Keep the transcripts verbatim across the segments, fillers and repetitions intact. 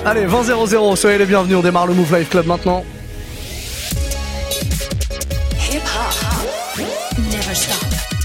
Allez, vingt zéro zéro, soyez les bienvenus, on démarre le Move Life Club maintenant. Hip hop, never stop.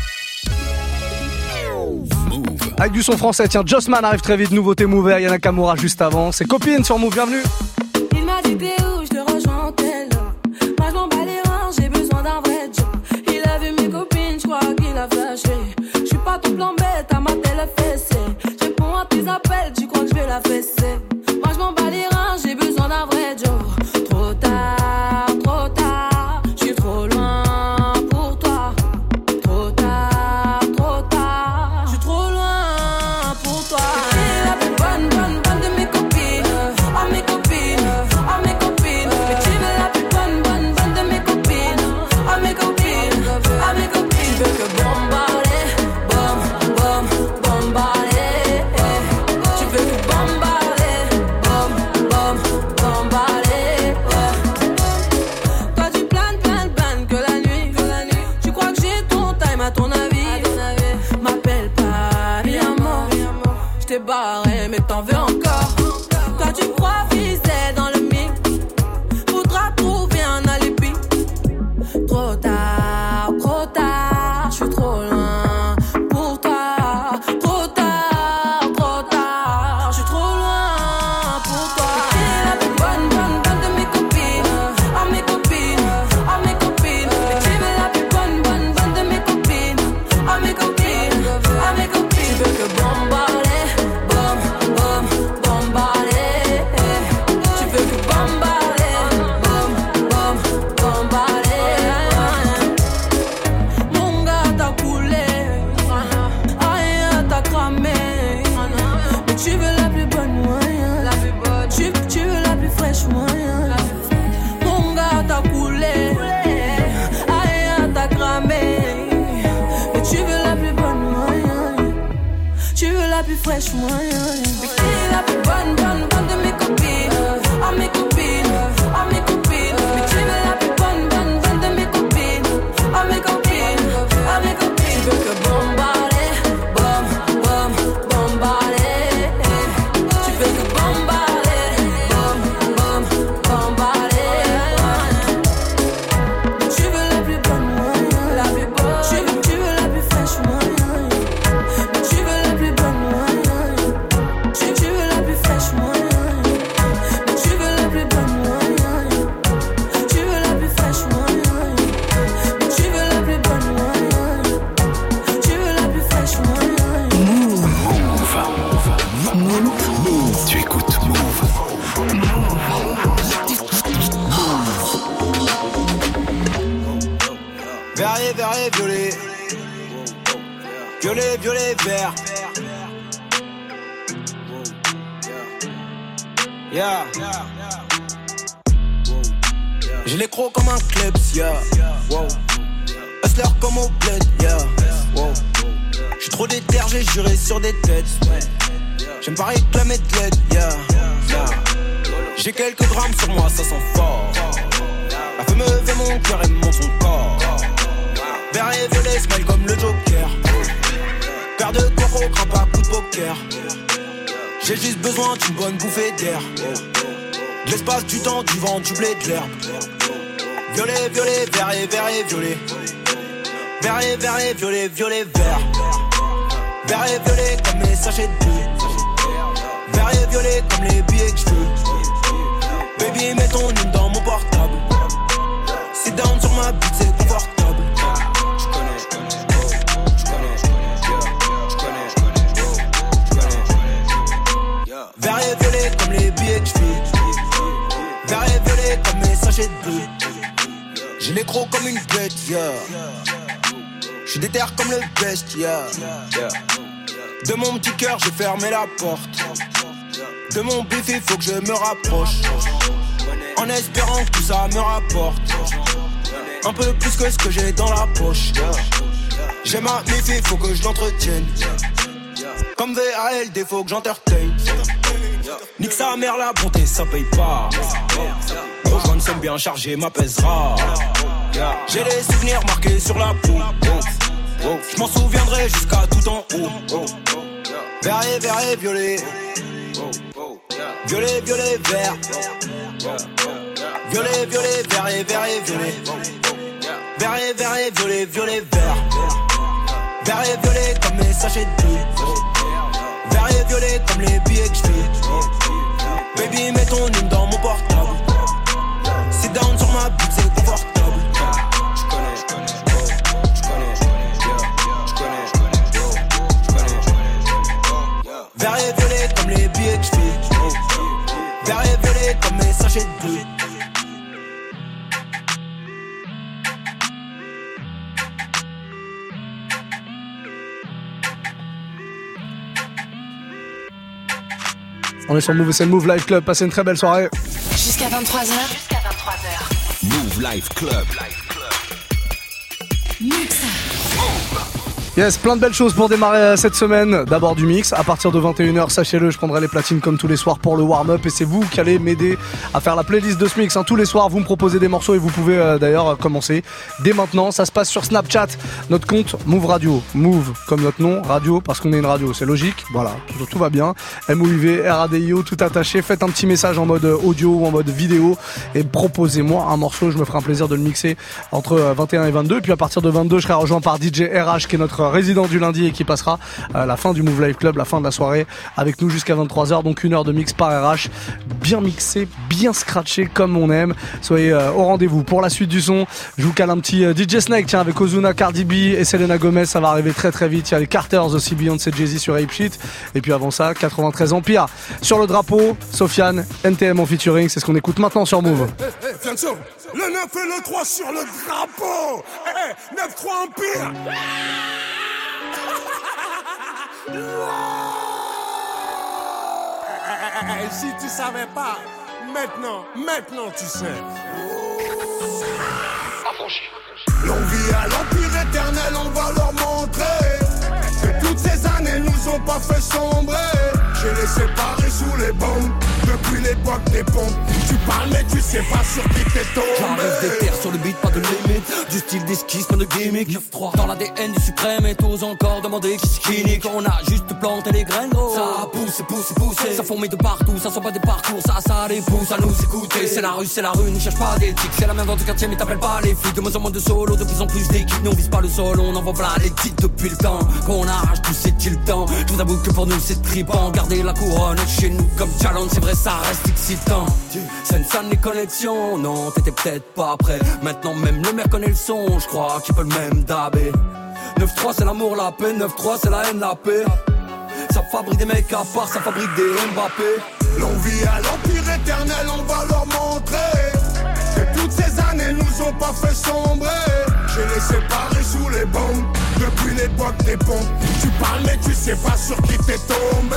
Move. Avec du son français, tiens, Jossman arrive très vite, nouveauté Move, Yana Nakamura juste avant. C'est Copine sur Move, bienvenue. Il m'a dit t'es où, je te rejoins en tel. Moi je m'en bats les reins, j'ai besoin d'un vrai job. Il a vu mes copines, je crois qu'il a flashé. Je suis pas ton plan bête, à ma télé fessée. Je réponds à tes appels, tu crois que je vais la fesser. Moi je m'en bats les reins, j'ai besoin d'un vrai job. Trop tard, trop tard, je suis trop loin pour toi. Trop tard, trop tard, je suis trop loin pour toi. T'es la plus bonne, bonne, bonne de mes copines. Oh mes copines, oh mes copines. Mais tu veux la plus bonne, bonne, bonne de mes copines. Oh mes copines, oh mes copines. Tu veux que bombarder, bom, bom, bombarder. Tu veux que bombarder, bom, bom, bombarder. Toi tu planes, planes, planes que la nuit, que la nuit. Tu crois que j'ai ton time à ton avis? M'appelle pas, mi amor. J't'ai barré mais t'en veux encore. Toi tu crois viser dans le mix. Faudra trouver un alibi. Trop tard, trop tard, je suis trop loin pour toi. Trop tard, trop tard, je suis trop loin pour toi. T'es la plus bonne, bonne, bonne de mes copines. Oh mes copines, oh mes copines. Mais tu veux la plus bonne, bonne, bonne de mes copines. Oh mes copines, oh mes copines. Tu veux que bombarder, bom, bom, bombarder. Tu veux que bombarder, bom, bom, bombarder. Mon gars t'a coulé, rien t'a cramé. Mais tu veux la plus bonne moyen. Tu, tu veux la plus fraîche moyen. Mon gars t'a coulé, rien t'a cramé. Mais tu veux la plus bonne moyen. Tu veux la plus fraîche moyen. Mais qui est la plus bonne, bonne, bonne de mes copines? Oh mes copines, oh mes copines. Mais tu veux la plus bonne, bonne, bonne de mes copines? Oh mes copines, oh mes copines. Tu veux que bombarder, bom, bom, bombarder. Tu veux que bombarder, bom, bom, bombarder. Mais tu veux la plus bonne moyen. La plus bonne. Tu veux, tu veux la plus fraîche moyen. Mais tu veux la plus bonne moyen. Tu, tu veux la plus fraîche moyen. Mais tu veux la plus bonne moyen. Tu veux la plus fraîche moyen. Mais tu veux la plus bonne moyen. Tu veux la plus fraîche moyen. Move. Tu écoutes Move. Vert, vert, violet. Violet, violet, vert. Yeah. J'ai les crocs comme un klebs, yeah. Wow. Hustler comme au bled, yeah. Wow. J'suis trop déter, j'ai juré sur des têtes. J'aime pas réclamer de l'aide, yeah. Yeah. J'ai quelques grammes sur moi, ça sent fort. La feu me fait mon cœur et mon son corps. Vert et violet, smile comme le Joker. Paire de coco, crains pas coup de poker. J'ai juste besoin d'une bonne bouffée d'air. De l'espace, du temps, du vent, du blé, de l'herbe. Violet, violet, vert et vert et violet. Vert et vert et violet, violet, vert. Vert et violet comme les sachets de bleu. Vert et violet comme les billets que je veux. Baby, mets ton nom dans mon portable. Sit down sur ma bite, c'est confortable. Vert et violet comme les billets que je fais. Vert et violet comme les sachets de bleu. J'ai les crocs comme une bête, yeah. J'suis déter comme le best, yeah. De mon petit cœur j'ai fermé la porte. De mon bif il faut que je me rapproche. En espérant que tout ça me rapporte un peu plus que ce que j'ai dans la poche. J'ai ma méfie, faut que je l'entretienne. Comme V A L D, faut que j'entertain. Nique sa mère, la bonté, ça paye pas. Gros joint somme bien chargé, m'apaisera. J'ai les souvenirs marqués sur la peau. Je m'en souviendrai jusqu'à tout en haut. Vert et vert et violet. Violet, violet, vert. Violet, violet, vert et vert et violet. Vert et vert et violet, violet, vert. Vert et violet comme les sachets de billes. Vert et violet comme les billets que j'fais. Baby, mets ton hymne dans mon portable. Sit down sur ma bite, c'est confortable. Vert et violet comme les billets que j'fais. Vert et violet comme les sachets de billes. On est sur Move, c'est le Move Life Club. Passez une très belle soirée. Jusqu'à vingt-trois heures. Jusqu'à vingt-trois heures. Move Life Club. Mix. Yes, plein de belles choses pour démarrer cette semaine. D'abord du mix, à partir de vingt et une heures, sachez-le, je prendrai les platines comme tous les soirs pour le warm-up. Et c'est vous qui allez m'aider à faire la playlist de ce mix, hein. Tous les soirs, vous me proposez des morceaux et vous pouvez euh, d'ailleurs commencer dès maintenant. Ça se passe sur Snapchat, notre compte Move Radio. Move comme notre nom, radio parce qu'on est une radio, c'est logique. Voilà, tout, tout va bien. M O U V, R A D I O, tout attaché. Faites un petit message en mode audio ou en mode vidéo et proposez-moi un morceau. Je me ferai un plaisir de le mixer entre vingt et un et vingt-deux. Et puis à partir de vingt-deux, je serai rejoint par D J R H qui est notre résident du lundi et qui passera à la fin du Move Life Club, la fin de la soirée avec nous jusqu'à vingt-trois heures, donc une heure de mix par R H, bien mixé, bien scratché comme on aime. Soyez euh, au rendez-vous. Pour la suite du son, je vous cale un petit euh, D J Snake, tiens, avec Ozuna, Cardi B et Selena Gomez, ça va arriver très très vite. Il y a les Carters aussi, Beyoncé, Jay-Z sur Ape Shit, et puis avant ça, quatre-vingt-treize Empire sur le drapeau, Sofiane, N T M en featuring, c'est ce qu'on écoute maintenant sur Move. Hey, hey, hey, Fianso, le neuf et le trois sur le drapeau. Hey, hey, neuf trois Empire. Hey, si tu savais pas, maintenant, maintenant tu sais. L'on vit à l'empire éternel, on va leur montrer que toutes ces années nous ont pas fait sombrer. J'ai les séparés sous les bombes depuis l'époque des pompes. Tu parles mais tu sais pas sur qui t'es tombé. J'arrive des terres sur le beat, pas de limite. Du style d'esquisse, pas de gimmick. neuf trois dans l'A D N du suprême et t'oses encore demander qui skinny. Quand on a juste planté les graines, gros. Ça pousse, pousse, pousse. Ça fourmille de partout, ça sont pas des parcours. Ça, ça les pousse à nous écouter. C'est la rue, c'est la rue, n'y cherche pas d'éthique. C'est la même vente de quartier mais t'appelles pas les flics. De moins en moins de solo, de plus en plus d'équipes. Nous on vise pas le sol, on envoie plein les titres depuis le temps qu'on arrache tout c'est le temps. Je vous avoue que pour nous c'est trippant. Garder la couronne chez nous comme challenge, c'est vrai ça reste excitant. Sensan les connexions, non t'étais peut-être pas prêt. Maintenant même le maire connaît le son, je crois qu'il peut le même dabé. neuf trois c'est l'amour, la paix, neuf trois c'est la haine, la paix. Ça fabrique des mecs à part, ça fabrique des Mbappé. L'on vit à l'empire éternel, on va leur montrer que toutes ces années nous ont pas fait sombrer. J'ai les séparés sous les bombes depuis l'époque des pompes. Tu parles mais tu sais pas sur qui t'es tombé.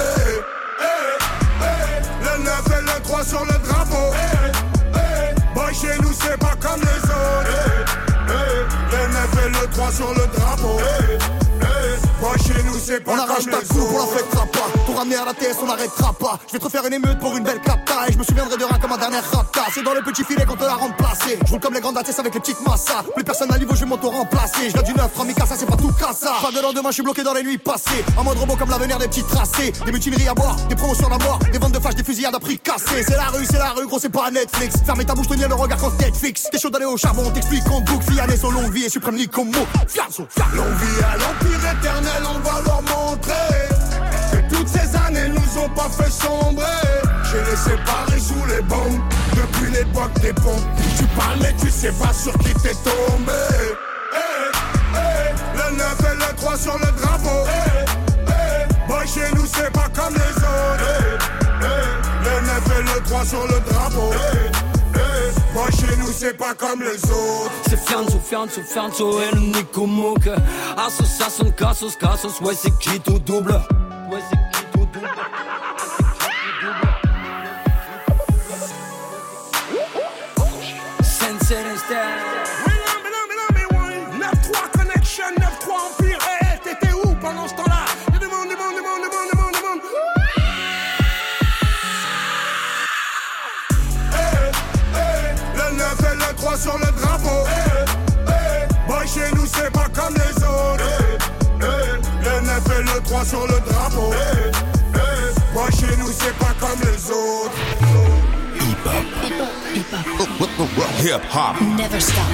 Hey, hey, le neuf et le trois sur le drapeau. Hey, hey, boy chez nous c'est pas comme les autres. Hey, hey, le neuf et le trois sur le drapeau. Hey, hey, boy chez nous c'est pas on comme arrache les ta autres. coupe, on la fêtera pas. Pour ramener à la T S, on n'arrêtera pas. Je vais te refaire une émeute pour une belle capta. Et je me souviendrai de rien comme un dernier rapta. C'est dans le petit filet qu'on te l'a remplacé. Je roule comme les grandes dates avec les petites massas. Plus personne à niveau, je vais m'auto-remplacer. Je viens du neuf, Ramikasa, c'est pas tout cassa. Pas de lendemain, je suis bloqué dans les nuits passées. En mode robot comme l'avenir des petits tracés. Des mutineries à boire, des promotions à mort. Des ventes de flash, des fusillades à prix cassés. C'est la rue, c'est la rue, gros, c'est pas Netflix. Fermez ta bouche, tenir le regard quand tête fixe. T'es chaud d'aller au charbon, t'explique qu'on boucle. Fiané, son longue vie et suprême ni comme mot. Fianso, L'on vit à l'empire éternel, on va leur montrer que toutes ces années nous ont pas fait sombrer. J'ai les séparés sous les bombes depuis l'époque des pompes. Tu parles mais tu sais pas sur qui t'es tombé. Hey, hey, le neuf et le trois sur le drapeau. Hey, hey, boy chez nous c'est pas comme les autres. Hey, hey, le neuf et le trois sur le drapeau. Hey, hey, boy chez nous c'est pas comme les autres. C'est Fianso, Fianso, Fianso et le Nico Mouk. Association, Cassos, Cassos, ouais c'est qui tout double. Ouais c'est qui tout double. Sensei Style. neuf trois Connection, neuf trois Empire. Hey, t'étais où pendant ce temps-là? Je demande, demande, demande, demande, demande, demande. Hey, hey, le neuf et le trois sur le drapeau. Hey, hey, boy chez nous c'est pas comme les autres. Hey, hey, le neuf et le trois sur le drapeau. Hey, hey, boy chez nous c'est pas comme comme les autres. Hip-hop. Hip-hop. Hip-hop. Never stop.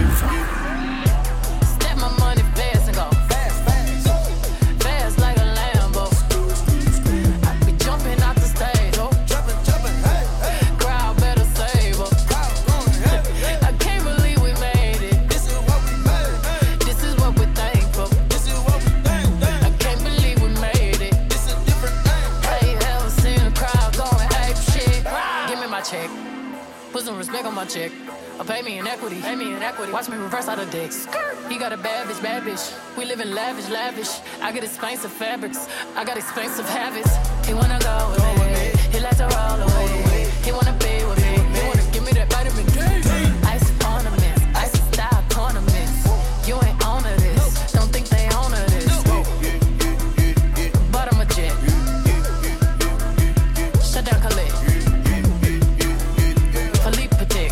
Step my money fast and go fast, fast, fast like a Lambo. I be jumping out the stage, oh, jumping, jumping, hey, hey. Crowd better save up. I can't believe we made it. This is what we made. This is what we're thankful. This is what we think. I can't believe we made it. This is a different thing. Hey, ever seen a crowd going ape shit? Give me my check. Put some respect on my check. Or pay me in equity, pay me in equity. Watch me reverse out of dicks. He got a bad bitch, bad bitch. We live in lavish, lavish. I get expensive fabrics. I got expensive habits. He wanna go with me. He likes to roll away. He wanna be with me. He wanna give me that vitamin D. Ice ornaments, ice style ornaments. You ain't on to this. Don't think they own to this. But I'm a jet. Shut down, Khalid. Philippe Patek.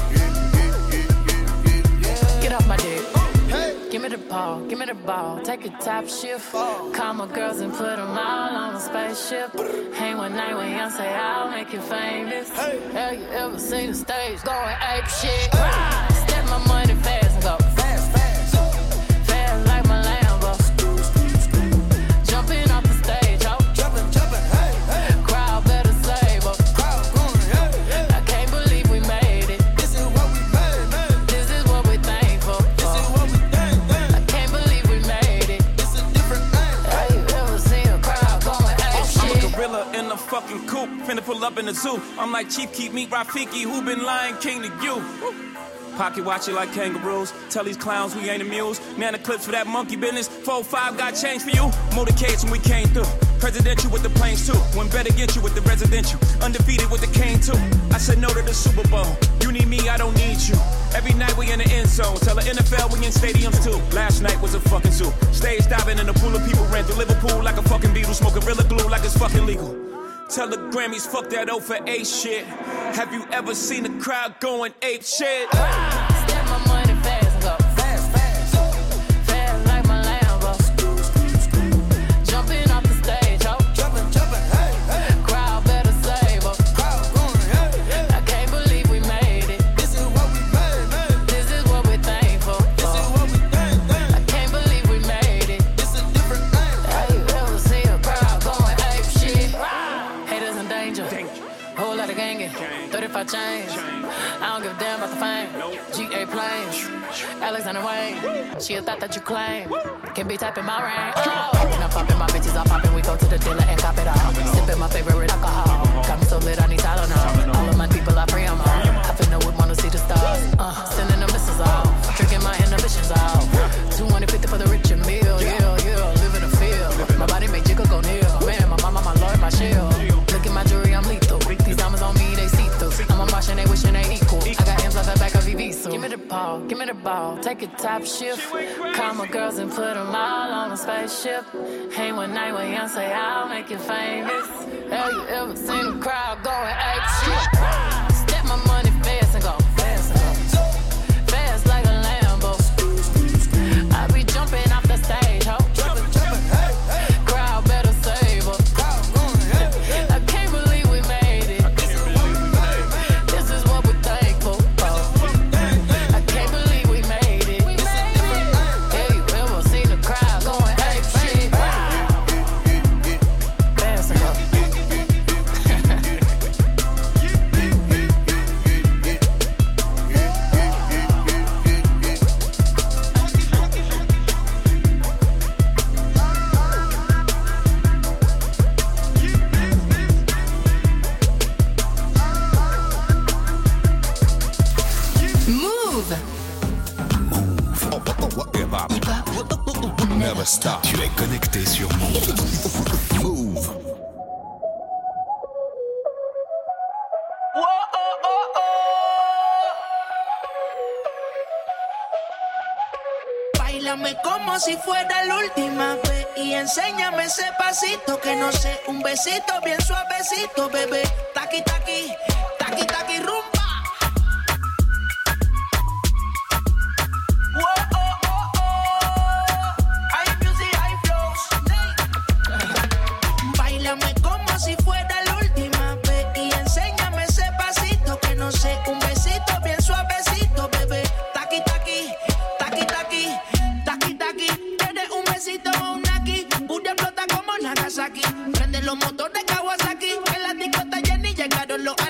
Get off my dick. Give me the ball, give me the ball. Take a top shift. Call my girls and put them all on a spaceship. Hang one night with Young, say I'll make you famous. Have you ever seen the stage going ape shit? Step my money fast and go fast, fast. Fast like my Lambo. Jumping off the stage, oh. Jumping, jumping, hey, hey. Crowd better save up. Crowd going, hey, hey. I can't believe we made it. This is what we made, made. This is what we thankful. This is what we think, think. I can't believe we made it. This is a different thing. Have you ever seen a crowd going ape shit? I'm a gorilla in a fucking coop, finna pull up in the zoo. I'm like Chief Keef, meet Rafiki, who been Lion King to you? Pocket watch it like kangaroos. Tell these clowns we ain't amused. Man, the clips for that monkey business. four five got change for you. Motorcades when we came through. Presidential with the planes too. When better get you with the residential. Undefeated with the cane too. I said no to the Super Bowl. You need me, I don't need you. Every night we in the end zone. Tell the N F L we in stadiums too. Last night was a fucking zoo. Stage diving in a pool of people. Ran through Liverpool like a fucking beetle. Smoking Gorilla Glue like it's fucking legal. Tell the Grammys, fuck that O for eight shit. Have you ever seen the crowd going ape shit? Step my money fast and go fast, fast. Fast like my Lambo. Jumping off the stage, oh. Jumping, jumping, hey, hey. Crowd better save up. Crowd going, hey, hey. I can't believe we made it. This is what we made, made. This is what we're thankful. This is what we think, think. I can't believe we made it. This is a different thing. Have you ever seen a crowd going ape shit? Haters in danger. Whole lot of gangin'. thirty-five chains. I don't give a damn about the fame. G A planes. Alexander Wayne. She a thought that you claim. Can be typing my range. Oh. And I'm popping my bitches, I'm popping. We go to the dealer and cop it all. Sipping my favorite alcohol. Got me so lit, I need Tylenol. All of my people, I pray I'm on. I finna would wanna see the stars. Uh, sending the missiles off. Drinking my inhibitions off. two hundred fifty for the rich and meal. Yeah, yeah, live in the field. My body make jiggle go near. Man, my mama, my lord, my shield. Look at my jewelry, I'm lethal. These diamonds on me, they see through. I'm a Martian, they wishing they equal. I got M's off the back of V V, so give me the ball, give me the ball. Take a top shift. Call my girls and put them all on a spaceship. Hang one night with Young, say I'll make you famous. Have you ever seen a crowd going ape shit? Step my money fast and go fast and go fast like a Lambo. I be jumping off the stage, ho. Jumping, jumping, hey, hey. Crowd better save up. Crowd going, hey, hey. I can't believe we made it. This is what we made. This is what we're thankful for. I can't believe we made it. This is different. Have you ever seen a crowd going ape shit? Fast and go. Move. Hip-hop. Never stop. Tu es connecté sur Move. Move. Báilame como si fuera la última vez y enséñame ese pasito que no sé, un besito bien suavecito, bebé. Taqui taqui, taqui taqui rumba. Báilame como si fuera la última vez y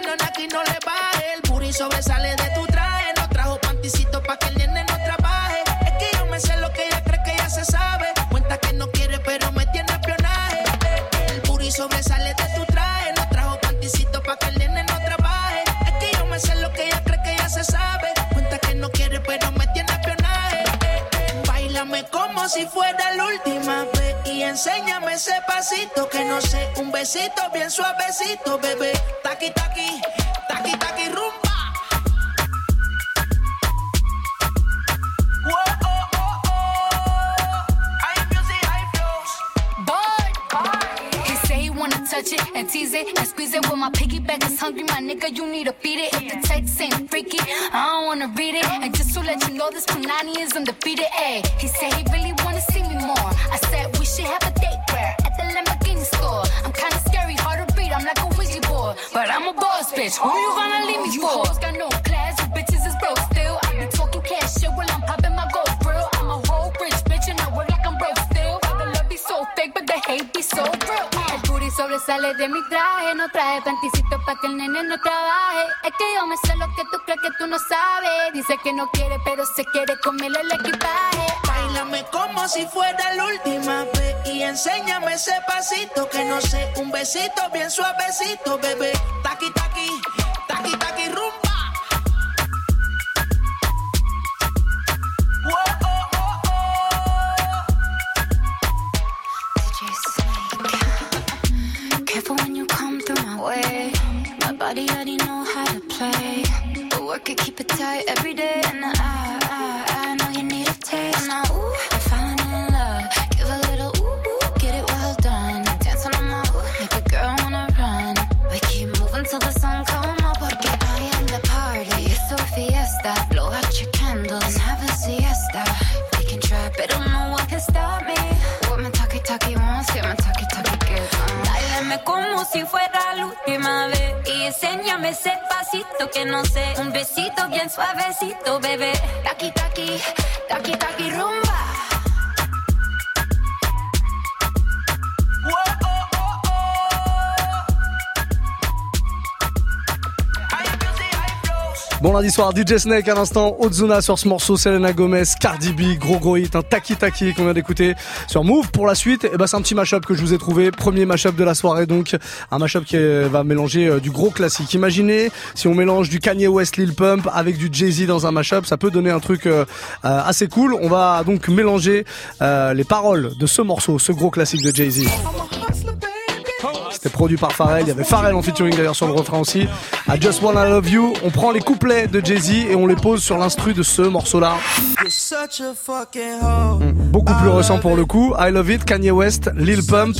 nena, aquí no le baje. El booty sobresale de tu traje. No trajo panticito pa' que el nene no trabaje. Es que yo me sé lo que ella cree que ya se sabe. Cuenta que no quiere, pero me tiene espionaje. El booty sobresale de tu traje. No trajo panticito pa' que el nene no trabaje. Es que yo me sé lo que ella cree que ya se sabe. Cuenta que no quiere, pero me tiene espionaje. Báilame como si fuera la última vez y enséñame ese pasito que no sé, un besito bien suavecito, bebé. Taqui, taqui, taqui, taqui, rumba. Whoa, oh, oh, oh. High music, high flows. Boy, he say he wanna touch it and tease it and squeeze it. When my piggyback is hungry, my nigga, you need to feed it. If the text ain't freaky, I don't wanna read it. And just to let you know, this Punani is undefeated. Ay, he said he really wanna see me more. I said we should have a date where at the Lamborghini store. I'm kinda scary, hard to read, I'm like a Ouija board, but I'm a boss bitch. Who you gonna leave me You for? hoes Got no class, you bitches is broke still. I be talking cash shit while I'm popping my gold grill. I'm a whole rich bitch and I work like I'm broke still. The love be so fake, but the hate be so real. El booty sobresale de mi traje, no traje panticito pa' que el nene no trabaje. Es que yo me sé lo que tú crees que tú no sabes. Dice que no quiere, pero se quiere comerle el equipaje. Báilame como si fuera la última vez y enséñame ese pasito que no sé, un besito bien suavecito, bebé. Taqui, taqui, taqui, taqui, rumba. Whoa, oh, oh, oh. D J Snake. Careful when you come through my way. My body already know how to play. But work it, keep it tight every day. And I, I, I know you need a taste. Now, ooh, I'm falling in love. Give a little ooh, ooh, get it well done. Dance on the mouth, make a girl wanna run. We keep moving till the sun come up. Porque I am the party. It's a fiesta. Blow out your candles and have a siesta. We can try, but don't know what can stop me. What my talkie talkie wants, get my talkie talkie good. Uh. Báilame como si fuera la última vez y enséñame ese pasito que no sé, un besito bien suavecito, bebé. Taqui, taqui, taqui, taqui, rumba. Whoa, oh, oh, oh. High music, high flows. Bon lundi soir, D J Snake à l'instant, Ozuna sur ce morceau, Selena Gomez, Cardi B, gros gros hit, un Taki Taki qu'on vient d'écouter sur Move. Pour la suite, et ben c'est un petit mashup que je vous ai trouvé, premier mashup de la soirée, donc un mashup qui va mélanger euh, du gros classique. Imaginez si on mélange du Kanye West, Lil Pump avec du Jay-Z dans un mashup, ça peut donner un truc euh, euh, assez cool. On va donc mélanger euh, les paroles de ce morceau, ce gros classique de Jay-Z. C'était produit par Pharrell, il y avait Pharrell en featuring d'ailleurs sur le refrain aussi. I Just Wanna Love You, on prend les couplets de Jay-Z et on les pose sur l'instru de ce morceau-là. Mmh, beaucoup plus récent pour le coup, I Love It, Kanye West, Lil Pump.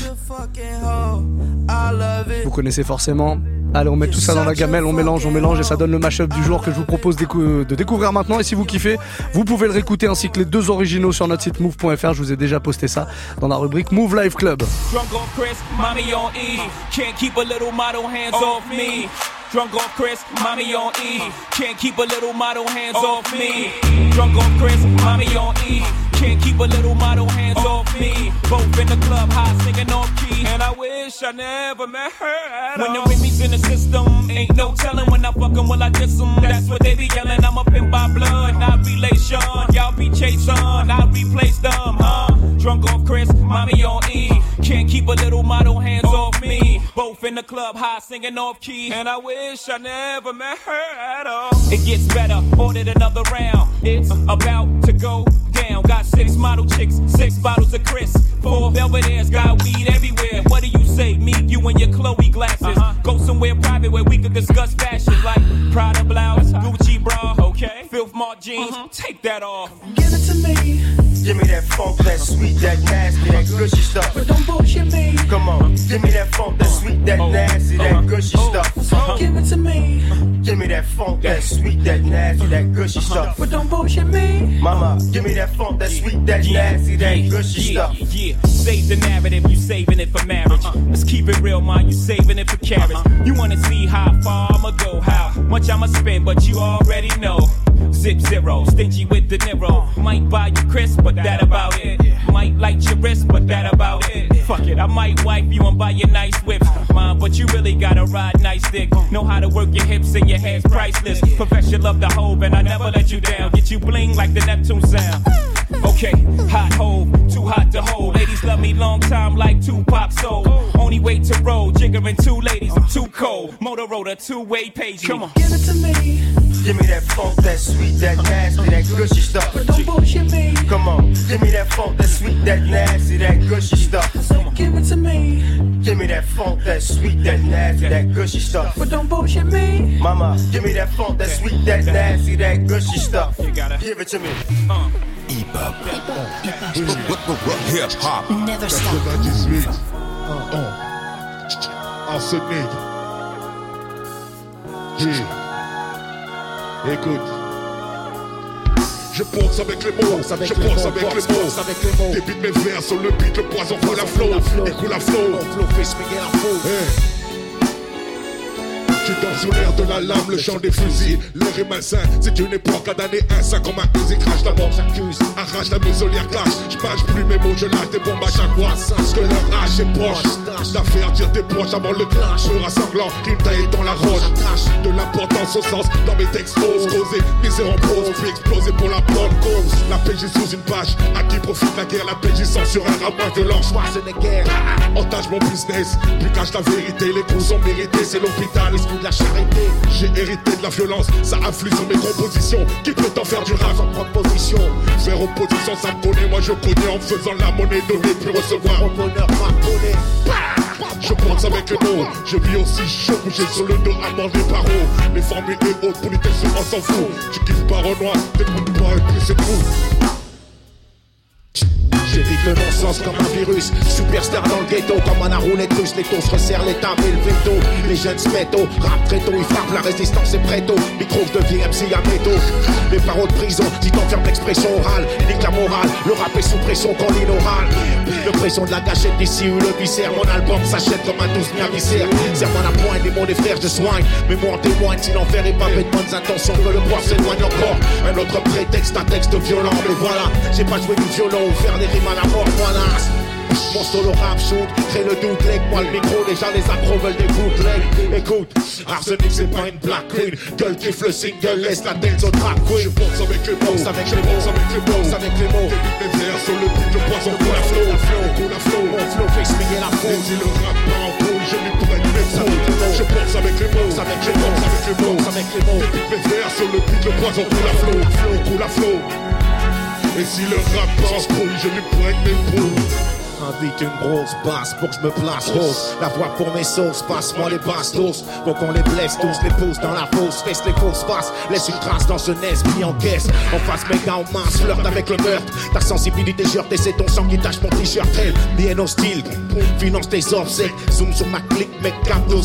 Vous connaissez forcément. Allez, on met tout ça dans la gamelle, on mélange, on mélange et ça donne le mashup du jour que je vous propose d'écou- de découvrir maintenant. Et si vous kiffez, vous pouvez le réécouter ainsi que les deux originaux sur notre site move point f r. Je vous ai déjà posté ça dans la rubrique Move Live Club. Drunk off Chris, mommy on E. Can't keep a little model hands off me. Drunk off Chris, mommy on E. Can't keep a little model hands off me. Drunk off Chris, mommy on E. Can't keep a little model hands off me. Both in the club, high singing off key. And I wish I never met her at all. When the Remy's in the system, ain't no telling when I fuck 'em, will I diss 'em. That's what they be yelling, I'm up in by blood, not relation. Y'all be chasing, I replace them, huh? Drunk off Chris, mommy on E. Can't keep a little model hands off me. Both in the club, high singing off key. And I wish I never met her at all. It gets better, ordered another round. It's about to go down. Got six model chicks, six bottles of Chris. Four Belvedere's, got weed everywhere. What do you say? Me, you and your Chloe glasses. Uh-huh. Go somewhere private where we could discuss fashion. Like Prada blouse, Gucci bra, okay. Filth Mart jeans, uh-huh. Take that off. Give it to me. Give me that funk, that sweet, that nasty, that gushy stuff. But don't bullshit me. Come on, give me that funk, that sweet, that nasty, that gushy stuff. Uh-huh. Give it to me. Give me that funk, that sweet, that nasty, that gushy stuff. But don't bullshit me. Mama, give me that funk, that sweet, that yeah, nasty, that yeah, gushy yeah, stuff. Yeah, save the narrative, you saving it for marriage. Uh-huh. Let's keep it real, man, you saving it for carriage. Uh-huh. You wanna see how far I'ma go, how much I'ma spend, but you already know. zip zero. Stingy with the Nero. Might buy you crisp, but that about it. Might light your wrist, but that about it. Fuck it, I might wipe you and buy you nice whip. Mom, but you really gotta ride nice dick. Know how to work your hips and your hands priceless. Profession love the hoe, and I never let you down. Get you bling like the Neptune sound. Okay, hot hove, too hot to hold. Ladies love me long time like Tupac soul. Only way to roll, jiggering two ladies, I'm too cold. Motorola, two-way page. Come on, give it to me. Give me that funk, that sweet, that nasty, that gushy stuff. But don't bullshit me. Come on, give me that funk, that sweet, that nasty, that gushy stuff. So give it to me. Give me that funk, that sweet, that nasty, that gushy stuff. But don't bullshit me. Mama, give me that funk, that sweet, that nasty, that gushy stuff. Give it to me. Uh. Hip hop. Hip hop. Never stop. quatre-vingt-dix-huit. un, un. Arsenic. Hey. Écoute. Je pense avec les mots, je pense avec les mots. Débite mes vers sur le beat, le poison coule à flot. Il coule à flot. Hey. Tu danses sous l'air de la lame, le chant des fusils. L'air est malsain, c'est une époque à d'année un, ça comme un fusil crache la mort s'accuse. Arrache la muselière clash, je mâche plus mes mots, je lâche des bombes à chaque fois. Parce que leur hache est proche, l'affaire tire des poches avant le clash. Me rassemblant, crime taillé dans la roche. De l'importance au sens, dans mes textes ose causer. Misère en prose, puis exploser pour la bonne cause. La P J sous une page, à qui profite la guerre. La P J censure un rabbin violent, Schwarzenegger. Entage mon business, puis cache la vérité. Les coups sont mérités, c'est l'hôpital. De la charité, j'ai hérité de la violence, ça influe sur mes compositions. Qui prétend faire du rap sans prendre position? Faire opposition, ça me connaît, moi je connais en faisant la monnaie donnée, puis recevoir mon bonheur marconné. Je pense avec les mots, je vis aussi chaud, couché sur le dos à mort des barreaux. Les formules et autres, politesse, on s'en fout. Tu kiffes pas au noir, t'écoutes pas et puis c'est tout. J'évite le non-sens comme un virus. Superstar dans le ghetto, comme un roulette russe. Les taux se resserrent, les tables et le veto. Les jeunes se mettent au rap très tôt, ils frappent, la résistance est prête. Micro devient M C à métaux. Les paroles de prison, si t'enfermes l'expression orale, nique la morale. Le rap est sous pression quand l'inoral. Le pression de la gâchette d'ici ou le viscère. Mon album s'achète comme un douze mille viscère. Serre-moi la pointe, les mots des frères, je soigne. Mais moi en témoigne, si l'enfer est pavé de bonnes intentions, que le poivre s'éloigne encore. Un autre prétexte, un texte violent. Mais voilà, j'ai pas joué du violon ou faire des rimes à la mort, voilà. Mon solo rap shoot, crée le doute, moi le micro, les gens les appros veulent des bootlegs. Écoute, Arsenic c'est pas une black queen. Gueule kiffe le single, laisse la tête au drag queen. Je pense avec les mots, avec les mots, avec les mots, avec les mots. Débute mes vers sur le beat, le poison coule à flow, coule à flow. Mon flow fait swinguer la foule. Et si le rap part en couille, je lui pourrais mes mots. Je pense avec les mots, avec les mots, avec les mots, avec les mots. Débute mes vers sur le beat, le poison coule à flow, coule à flow. Et si le rap part en couille, je lui pourrais mes mots. Invite une grosse basse pour que je me place rose. La voix pour mes sauces, passe-moi les bastos. Faut qu'on les blesse tous, les pousse dans la fosse. Fesse les fausses faces, laisse une trace dans ce nez, pris en caisse. En face méga en masse, flirte avec le meurtre. Ta sensibilité jure, c'est ton sang qui tache mon t-shirt. Elle, bien hostile, finance tes obsèques. Zoom sur ma clique, mec, captos.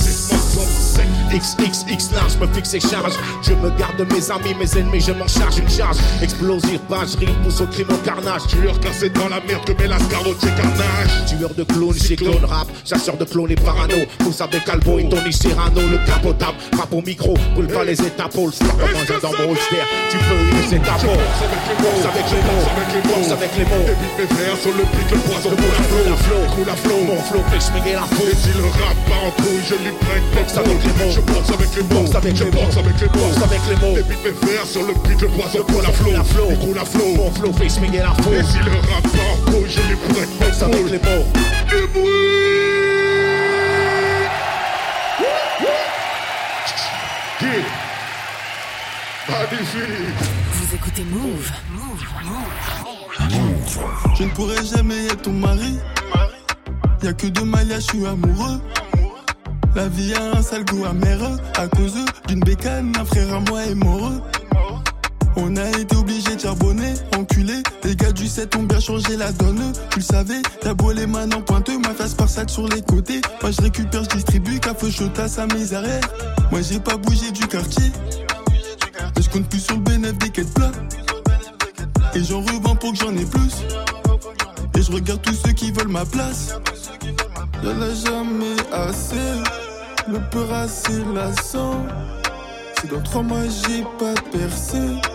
X X X large, me fixe et charge. Je me garde de mes amis, mes ennemis, je m'en charge. Une charge explosive, pagerie, pousse au crime, au carnage. Tueur cassé dans la merde que met la scarotte, c'est carnage. Tueur de clones, cyclone rap, chasseur de clones et parano. Vous savez Calvo et Tony Serrano, le capotable, rap au micro, brûle pas les étapes, le star comme un dans mon holster. Tu peux une c'est ta force avec les mots, avec les mots, avec les mots, avec les mots. Débite mes vers sur le beat, le poison coule à flow, coule à flow. Mon flow fait swinguer la foule. Et si le rap part en couille, je lui prête boxe avec les mots. Je pense avec les mots, avec les mots, avec les mots, avec les mots. Débite mes vers sur le beat, le poison coule à flow, coule à flow. Mon flow fait swinguer la foule. Et si le rap part en couille, je lui prête boxe avec les mots. Du bruit. Magnifique. Vous écoutez Move. Move. Move. Move. Je ne pourrai jamais être ton mari. Y'a que deux maillas, je suis amoureux. La vie a un sale goût amer. À cause d'une bécane, un frère à moi est moreux. On a été obligé de charbonner, enculé. Les gars du sept ont bien changé la donne. Tu le savais, t'as beau les mains en pointeux, ma face par sac sur les côtés. Moi je récupère, je distribue, café chaud à sa misère. Moi j'ai pas bougé du quartier. Mais je compte plus sur le bénéfice des quêtes plats. Et j'en revends pour que j'en ai plus. Et je regarde tous ceux qui veulent ma place. Y'en a jamais assez. Le peur assez lassant. Si dans trois mois j'ai pas percé,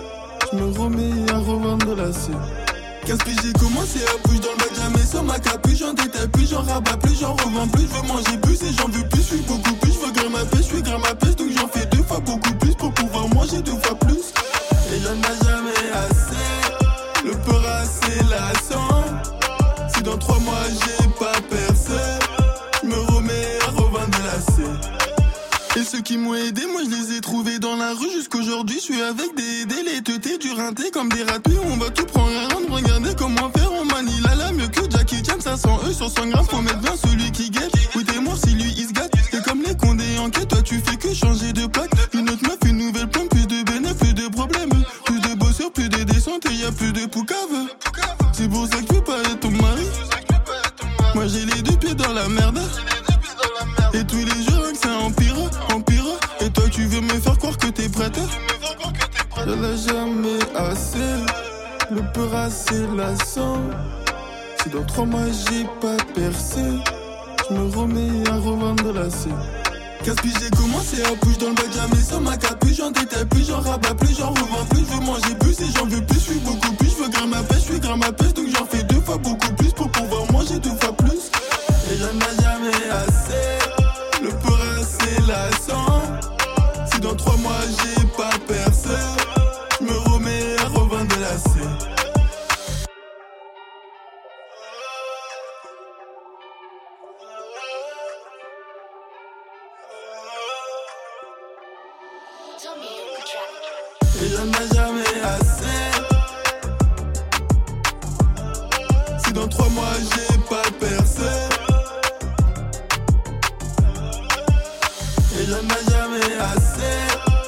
Je me remets à revendre la C. Qu'est-ce que j'ai commencé à bouger dans le bac, jamais sans ma capuche. J'en détaille plus, j'en rabats plus, j'en revends plus. Je veux manger plus et j'en veux plus, je suis beaucoup plus. Je veux grimper ma pêche, je suis grimper ma pêche. Donc j'en fais deux fois beaucoup plus pour pouvoir manger deux fois plus. Et j'en ai jamais assez, le peur assez lassant. Si dans trois mois j'ai pas percé, je me remets à revendre la C. Et ceux qui m'ont aidé, moi je les ai trouvés dans la rue jusqu'aujourd'hui. Je suis avec des délais, teutés, du rinté comme des ratés. On va tout prendre à rendre, regardez comment faire. On manie la la mieux que Jackie Chan. cinq cents E sur cent grammes, faut mettre bien celui qui guette. Oui t'es mort si lui il se gâte. C'est comme les condés en quête, toi tu fais que changer de plaque. Une autre meuf, une nouvelle pomme, plus de bénéfices, plus de problèmes. Plus de bossures, plus de descentes et y'a plus de poucave. C'est pour ça que tu veux pas être ton mari. Moi j'ai les deux pieds dans la merde. Et tous les jours que ça empire, empire. Et toi tu veux me faire croire que t'es prête. Je l'ai jamais assez, le peur assez lassant. Si dans trois mois j'ai pas percé, je me remets à revendre la C. Qu'est-ce que j'ai commencé à bouger dans le bac, jamais sans ma capuche. J'en détaille plus, j'en rabats plus, j'en revends plus. Je veux manger plus et j'en veux plus, je suis beaucoup plus. Je veux grimper ma pêche, je suis grimper ma pêche. Donc j'en fais deux fois beaucoup plus pour pouvoir manger deux fois plus. Et j'en ai jamais assez, le peur assez lassant. Si dans trois mois j'ai pas percé, je me remets à revendre la C. Et j'en ai jamais assez. Si dans trois mois j'ai pas percé, et j'en ai jamais assez.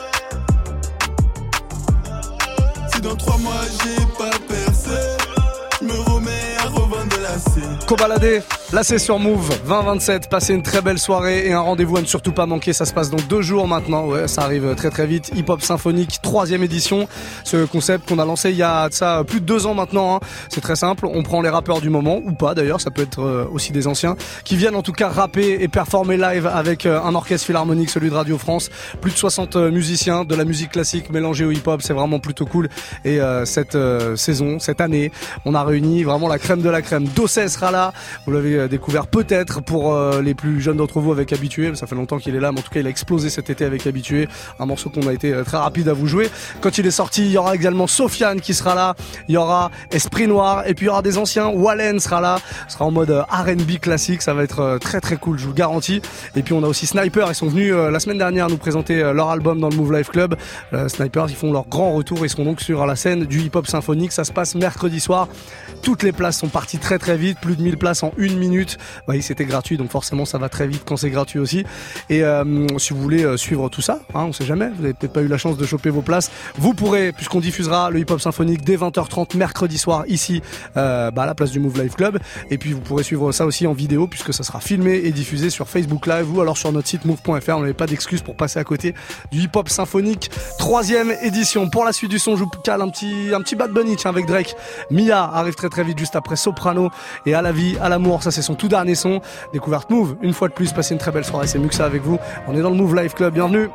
Si dans trois mois j'ai pas percé, je me remets à revendre la C. Cobaladé, là c'est sur Move, vingt vingt-sept, passez une très belle soirée et un rendez-vous à ne surtout pas manquer, ça se passe dans deux jours maintenant, ouais ça arrive très très vite, Hip Hop Symphonique, troisième édition, ce concept qu'on a lancé il y a de ça plus de deux ans maintenant, hein. C'est très simple, on prend les rappeurs du moment, ou pas d'ailleurs, ça peut être aussi des anciens, qui viennent en tout cas rapper et performer live avec un orchestre philharmonique, celui de Radio France, plus de soixante musiciens, de la musique classique mélangée au hip hop, c'est vraiment plutôt cool, et euh, cette euh, saison, cette année, on a réuni vraiment la crème de la crème. Dossé sera là, vous l'avez découvert peut-être pour euh, les plus jeunes d'entre vous avec Habitué, ça fait longtemps qu'il est là, mais en tout cas il a explosé cet été avec Habitué, un morceau qu'on a été très rapide à vous jouer. Quand il est sorti, il y aura également Sofiane qui sera là, il y aura Esprit Noir, et puis il y aura des anciens, Wallen sera là, sera en mode R and B classique, ça va être très très cool, je vous le garantis. Et puis on a aussi Sniper, ils sont venus euh, la semaine dernière nous présenter euh, leur album dans le Move Life Club. euh, Sniper, ils font leur grand retour, ils seront donc sur la scène du hip hop symphonique, ça se passe mercredi soir, toutes les places sont parties très très vite, plus de mille places en une minute. Bah oui, c'était gratuit, donc forcément ça va très vite quand c'est gratuit aussi. Et euh, si vous voulez euh, suivre tout ça, hein, on sait jamais, vous n'avez peut-être pas eu la chance de choper vos places, vous pourrez, puisqu'on diffusera le hip-hop symphonique dès vingt heures trente mercredi soir ici euh, bah, à la place du Move Life Club. Et puis vous pourrez suivre ça aussi en vidéo, puisque ça sera filmé et diffusé sur Facebook Live ou alors sur notre site move point f r. On n'avait pas d'excuses pour passer à côté du hip-hop symphonique, troisième édition. Pour la suite du son, je vous cale un petit, un petit Bad Bunny, tiens, avec Drake. Mia arrive très très vite juste après Soprano, et À la vie, à l'amour, ça c'est son tout dernier son. Découverte Move, une fois de plus, passez une très belle soirée, c'est Muxa avec vous. On est dans le Move Life Club, bienvenue.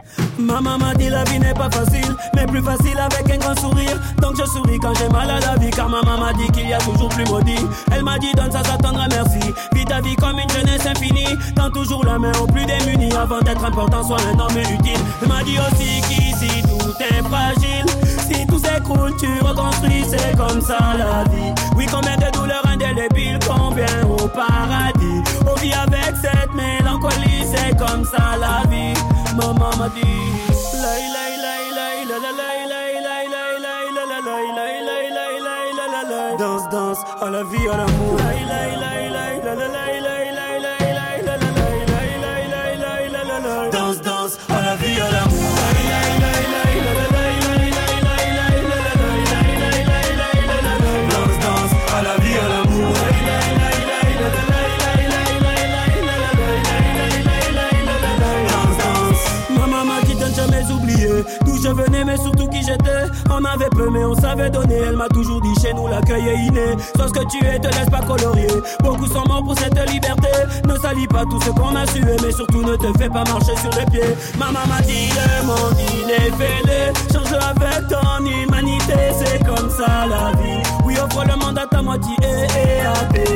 Maman m'a dit la vie n'est pas facile, mais plus facile avec un grand sourire. Donc je souris quand j'ai mal à la vie, car maman m'a dit qu'il y a toujours plus maudit. Elle m'a dit donne ça, ça t'attendra, merci. Vis ta vie comme une jeunesse infinie, tends toujours la main aux plus démunis. Avant d'être important, sois un homme utile. Elle m'a dit aussi qu'ici tout est fragile. Si tout s'écroule, tu reconstruis, c'est comme ça la vie. Oui, combien de douleurs indélébiles, combien au paradis. On vit avec cette mélancolie, c'est comme ça la vie. Maman m'a dit danse, danse, à la vie, à l'amour. Danse, danse, à la vie, à l'amour. Danse, danse, à la vie, à l'amour. Maman m'a dit de ne jamais oublier d'où je venais, mais surtout qui j'étais. On avait peu, mais on savait donner. Elle m'a toujours dit chez nous l'accueil est inné. Sois ce que tu es, te laisse pas colorier. Beaucoup sont morts pour cette liberté. Ne salis pas tout ce qu'on a sué, mais surtout ne te fais pas marcher sur les pieds. Maman m'a dit le monde il est fêlé. Change avec ton humanité.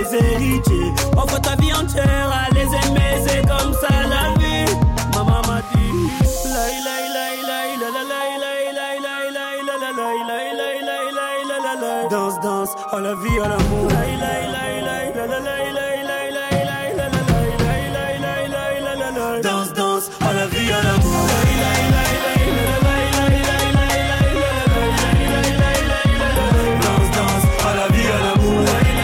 les héritiers. Offre ta vie entière à les aimer, c'est comme ça la vie. Maman m'a dit la la la la la la la la la la la la. Danse, danse, à la vie, à l'amour. La la la la la la la. Danse, danse, à la vie, à l'amour. Danse, danse, à la vie, à l'amour.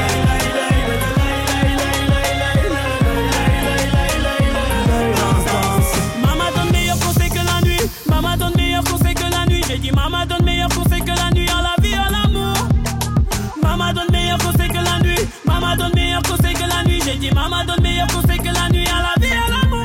Danse, danse. Maman donne meilleur conseil que la nuit. Maman donne meilleur conseil que la nuit. J'ai dit maman donne meilleur conseil que la nuit. À la vie, à l'amour. Maman donne meilleur conseil que la nuit. Maman donne meilleur conseil que la nuit. J'ai dit maman donne meilleur conseil que la nuit. À la vie, à l'amour.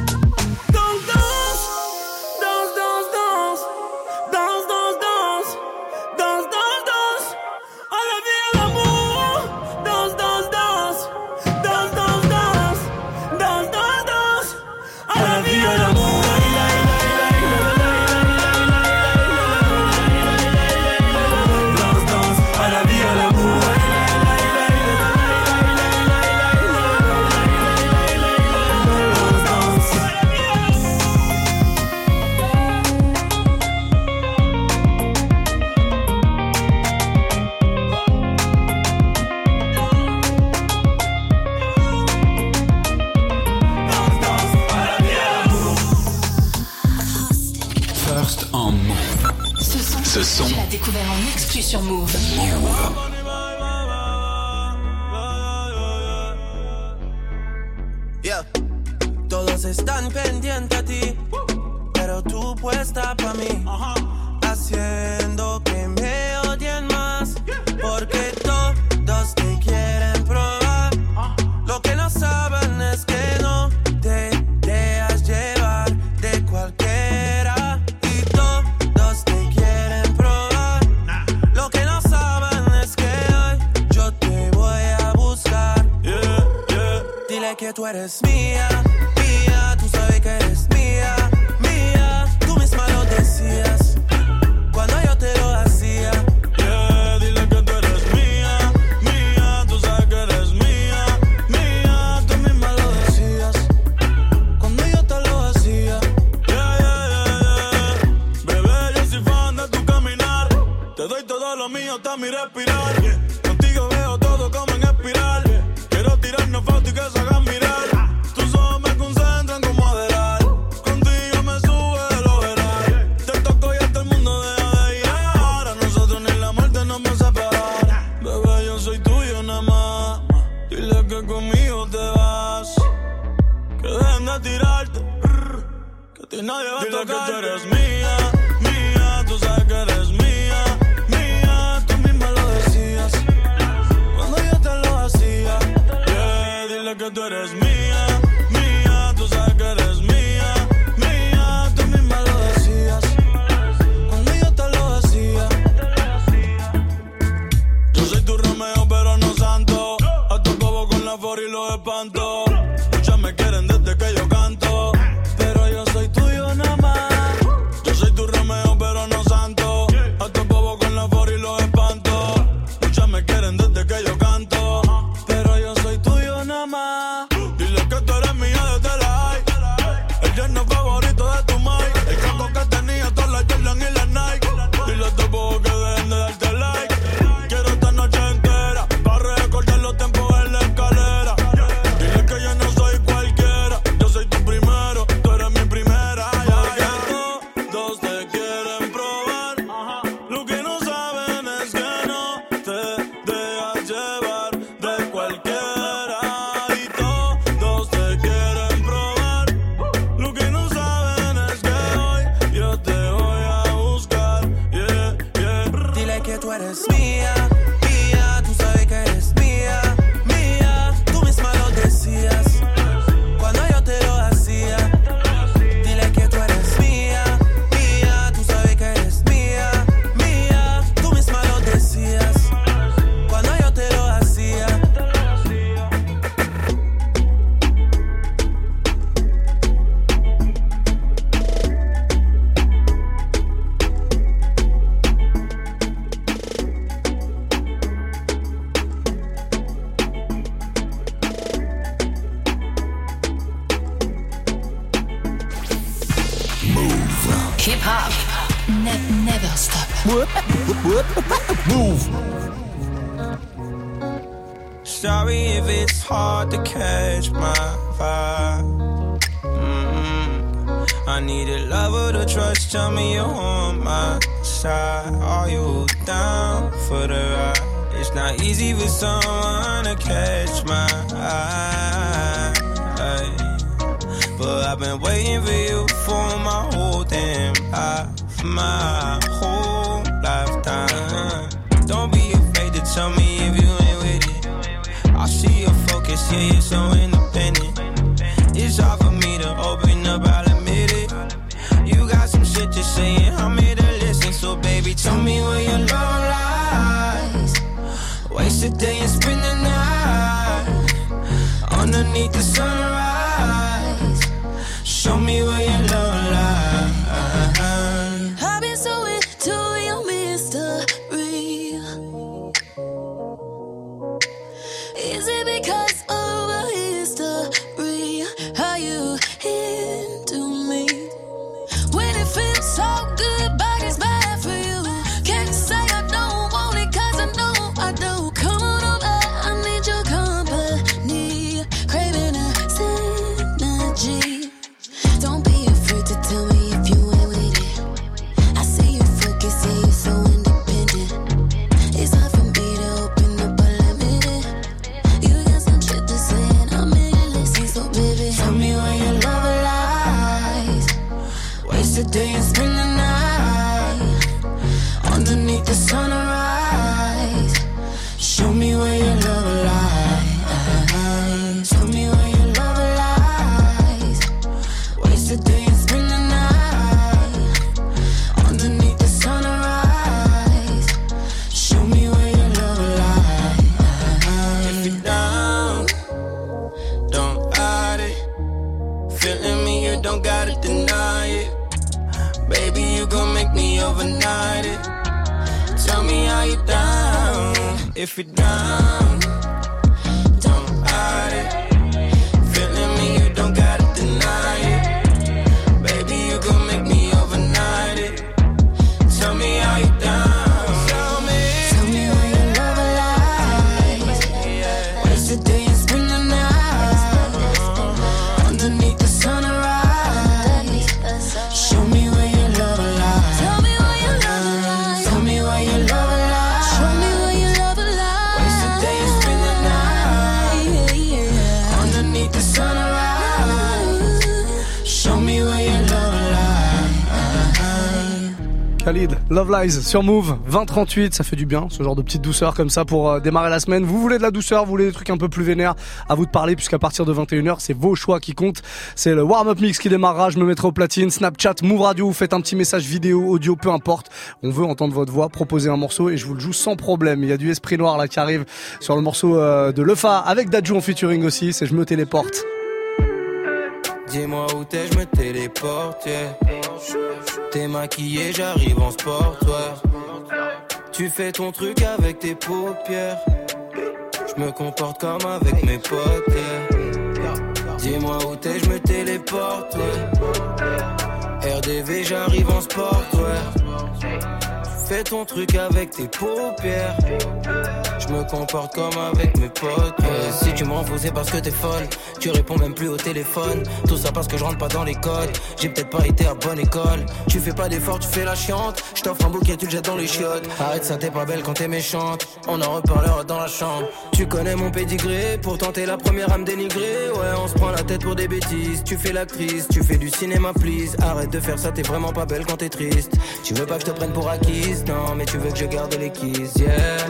Ce son, tu l'as découvert en exclu sur Move. Move. Yeah. Todos están pendientes a ti, pero tú puesta pa' mí, haciendo que me odien más, porque todos te quieren probar. Lo que no saben es que no te dejas llevar de cualquiera. Que tú eres mía, mía, tú sabes que eres mía, mía, tú misma lo decías cuando yo te lo hacía. Yeah, dile que tú eres mía, mía, tú sabes que eres mía, mía, tú misma lo decías cuando yo te lo hacía. Yeah, yeah, yeah, yeah. Bebé, yo soy fan de tu caminar, te doy todo lo mío hasta mi respirar. Yeah. Contigo veo todo como en espiral. Yeah. Quiero tirarnos fotos y que se hagan mirar. Tus ojos me concentran como Adelar. Contigo me sube de lo veral. Te toco y hasta el mundo deja de llegar. A nosotros ni la muerte nos va a separar. Bebé, yo soy tuyo nada más. Dile que conmigo te vas. Que dejen de tirarte. Que a ti nadie va a tocar. Dile que tú eres mía, mía. Tú sabes que eres mía, mía. Tú misma lo decías cuando yo te lo hacía. Dile que tú eres mía, mía, tú sabes que eres mía, mía, tú misma lo decías cuando yo te lo hacía. Yo soy tu Romeo pero no santo, a tu bobo con la for y los espanto. Muchas me quieren desde que yo canto, pero yo soy tuyo nada más. Yo soy tu Romeo pero no santo, a tu bobo con la for y los espanto. Muchas me quieren desde que yo canto, pero yo soy tuyo nada más. Dile que tú eres mía desde la high. El yerno favorito de tu mai. El campo que tenía todas las Jordan y las Nike. Dile a tu bobo que dejen de darte like. Quiero esta noche entera para recordar los tiempos en la escalera. Dile que yo no soy cualquiera. Yo soy tu primero, tú eres mi primera. Ya, ya. Todos te quieren probar. Lo que no saben es que no te dejas llevar de cualquiera. Tú eres mía, mía, tú sabes que eres mía, mía, tú misma lo decías cuando yo te lo hacía. Dile que tú eres mía, mía, tú sabes que eres mía, mía, tú misma lo decías cuando yo te lo hacía. hop. Ne- never stop. Move. Sorry if it's hard to catch my vibe. Mm-hmm. I need a lover to trust. Tell me you're on my side. Are you down for the ride? It's not easy for someone to catch my eye. But I've been waiting for you for my whole damn life, my whole lifetime. Don't be afraid to tell me if you ain't with it. I see your focus, yeah, you're so independent. It's hard for me to open up, I'll admit it. You got some shit to say and I'm here to listen. So baby, tell me where your love lies. Waste a day and spend the night underneath the sunrise. Show me where your love lies. I've been so into your mystery. Is it because of a history? Are you into me? When it feels so good, but it's bad for you. Can't say I don't want it, cause I know I do. Come on over, I need your company. Craving a synergy. Don't be afraid to tell me if you ain't with it. I see you focus, yeah, you're so independent. It's hard for me to open up, but let me in. You got some shit to say and I'm here to listen. So baby, Tell me where your love lies. Waste a day and spend the night underneath the sunrise. Show me where your love lies. Tell me where your love lies. Waste a day and spend the night underneath the sunrise. Show me where your love lies. If you're down, don't hide it. Feeling me, you don't gotta deny it. Baby, you gon' make me overnight it. Tell me how you down. If you're down, don't hide it. Feeling me, you don't gotta deny it. Baby, you gon' make me overnight it. Tell me how you down. Tell me, tell me where your love lies. Waste a day and spend the night underneath the sunrise. Show me where your love lies. tell me where your love lies. Tell me where your love lies. Show me where your love Waste a lies. day and spend the night underneath the sunrise. Show me where your love lies. Khalid, Love Lies sur Move, vingt trente-huit, ça fait du bien, ce genre de petite douceur comme ça pour euh, démarrer la semaine. Vous voulez de la douceur, vous voulez des trucs un peu plus vénères, à vous de parler, puisqu'à partir de vingt et une heures, c'est vos choix qui comptent. C'est le warm-up mix qui démarrera, je me mettrai au platine, Snapchat, Move Radio, vous faites un petit message vidéo, audio, peu importe. On veut entendre votre voix, proposer un morceau et je vous le joue sans problème. Il y a du Esprit Noir là qui arrive sur le morceau euh, de Lefa avec Dadju en featuring aussi, c'est Je me téléporte. Dis-moi où t'es, je me téléporte, yeah. T'es maquillé, j'arrive en sportwear. Tu fais ton truc avec tes paupières. Je me comporte comme avec mes potes, yeah. Dis-moi où t'es, je me téléporte, ouais. R D V, j'arrive en sportwear. Tu fais ton truc avec tes paupières. Je me comporte comme avec mes potes, yeah. Si tu m'en fous c'est parce que t'es folle. Tu réponds même plus au téléphone. Tout ça parce que je rentre pas dans les codes. J'ai peut-être pas été à bonne école. Tu fais pas d'efforts, tu fais la chiante. Je t'offre un bouquet, tu le jettes dans les chiottes. Arrête ça, t'es pas belle quand t'es méchante. On en reparlera dans la chambre. Tu connais mon pédigré, pourtant t'es la première à me dénigrer. Ouais, on se prend la tête pour des bêtises. Tu fais l'actrice, tu fais du cinéma, please. Arrête de faire ça, t'es vraiment pas belle quand t'es triste. Tu veux pas que je te prenne pour acquise, non, mais tu veux que je garde les keys, yeah.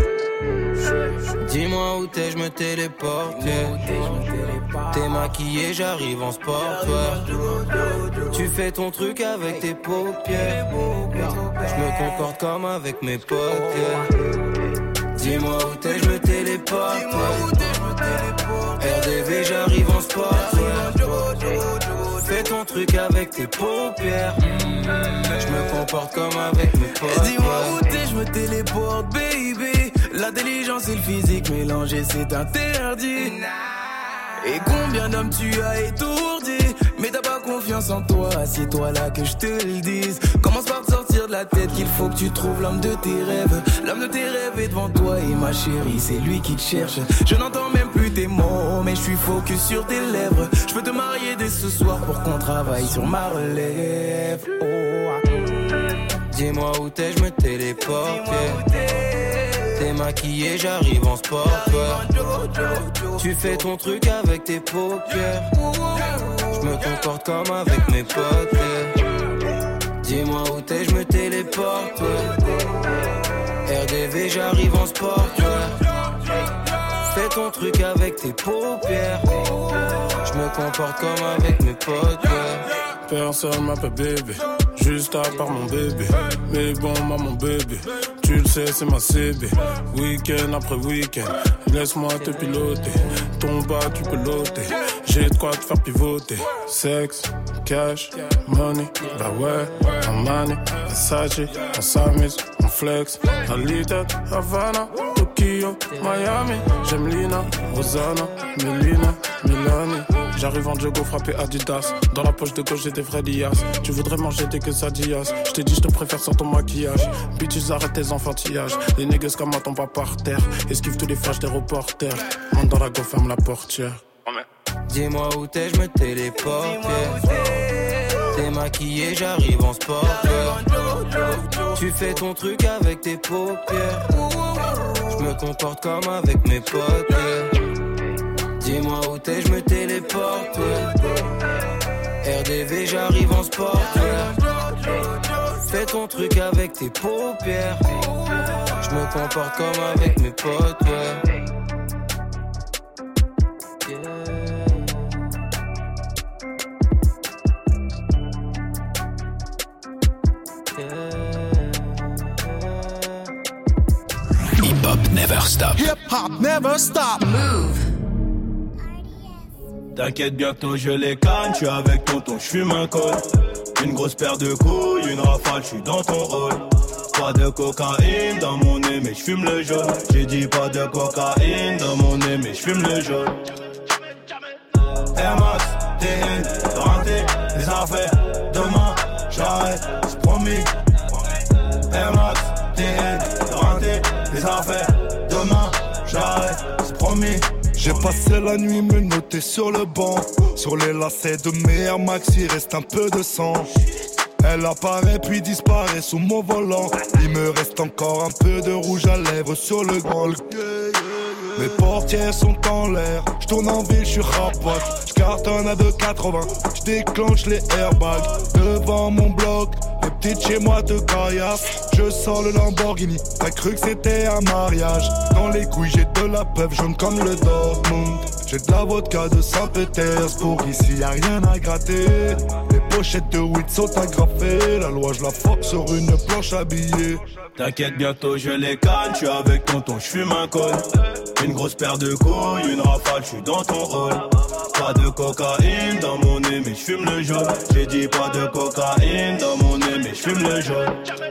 Dis-moi où t'es, je me téléporte, yeah. T'es maquillé, j'arrive en sportwear. Tu fais ton truc avec tes paupières. Je me comporte comme avec mes potes, yeah. Dis-moi où t'es, je me téléporte, ouais. R D V, j'arrive en sportwear. Fais ton truc avec tes paupières. Je me comporte comme avec mes potes. Dis-moi où t'es, je me téléporte, baby. L'intelligence et le physique mélangés, c'est interdit. Et combien d'hommes tu as étourdi, Mais t'as pas confiance en toi, assieds-toi là que je te le dise. Commence par te sortir de la tête qu'il faut que tu trouves l'homme de tes rêves. L'homme de tes rêves est devant toi et ma chérie, c'est lui qui te cherche. Je n'entends même plus tes mots, mais je suis focus sur tes lèvres. Je peux te marier dès ce soir pour qu'on travaille sur ma relève. Oh. Dis-moi où t'es, je me téléporte. T'es maquillée, j'arrive en sport. Tu fais ton truc avec tes paupières. Je me comporte comme avec mes potes. Dis-moi où t'es, je me téléporte. R D V, j'arrive en sport. Fais ton truc avec tes paupières. Je me comporte comme avec mes potes. Personne m'appelle bébé, juste à part mon bébé. Mais bon, maman bébé, tu le sais, c'est ma C B. Week-end après week-end, laisse-moi te piloter. Ton bas, tu peux l'ôter. J'ai de quoi te faire pivoter. Sexe, cash, money, bah ouais, en money, Versace, on s'amuse, on flex. Alita, Havana, Tokyo, Miami. J'aime Lina, Rosanna, Melina, Milani. J'arrive en jogo frappé Adidas. Dans la poche de gauche j'ai des vrais liasses. Tu voudrais manger des quesadillas. Je t'ai dit je te préfère sans ton maquillage. Bitches arrête tes enfantillages. Les niggas comme moi tombent pas par terre. Esquive tous les flashs des reporters. Monte dans la go, ferme la portière. Dis-moi où t'es, je me téléporte. T'es maquillée, j'arrive en sport. Tu fais ton truc avec tes paupières. Je me comporte comme avec mes potes. Dis-moi où t'es, je me téléporte. R D V, j'arrive en sport. Fais ton truc avec tes paupières. Je me comporte comme avec mes potes. Hip-hop never stop. Hip-hop never stop. Move. T'inquiète, bientôt je les canne, je suis avec tonton, je fume un col. Une grosse paire de couilles, une rafale, je suis dans ton rôle. Pas de cocaïne dans mon nez, mais je fume le jaune. J'ai dit pas de cocaïne dans mon nez, mais je fume le jaune. Air Max, T N, rentré, les affaires, demain, j'arrête, c'est promis. Air Max, T N, rentré, les affaires, demain, j'arrête, c'est promis. J'ai passé la nuit me noter sur le banc. Sur les lacets de mes Air Max, il reste un peu de sang. Elle apparaît puis disparaît sous mon volant. Il me reste encore un peu de rouge à lèvres sur le grand. Mes portières sont en l'air. Je tourne en ville, je suis rapote. Je cartonne à deux quatre-vingts. Je déclenche les airbags devant mon bloc. Les petites chez moi te caillassent. Je sors le Lamborghini. T'as cru que c'était un mariage. Dans les couilles j'ai de la peuple jaune comme le Dortmund. J'ai de la vodka de Saint-Pétersbourg. Ici y'a rien à gratter. Les pochettes de weed sont agrafées. La loi je la fuck sur une planche à billets. T'inquiète, bientôt je les canne, je suis avec tonton, je fume un col. Une grosse paire de couilles, une rafale, je suis dans ton rôle. Pas de cocaïne dans mon nez, mais je fume le jaune. J'ai dit pas de cocaïne dans mon nez, mais je fume le jaune.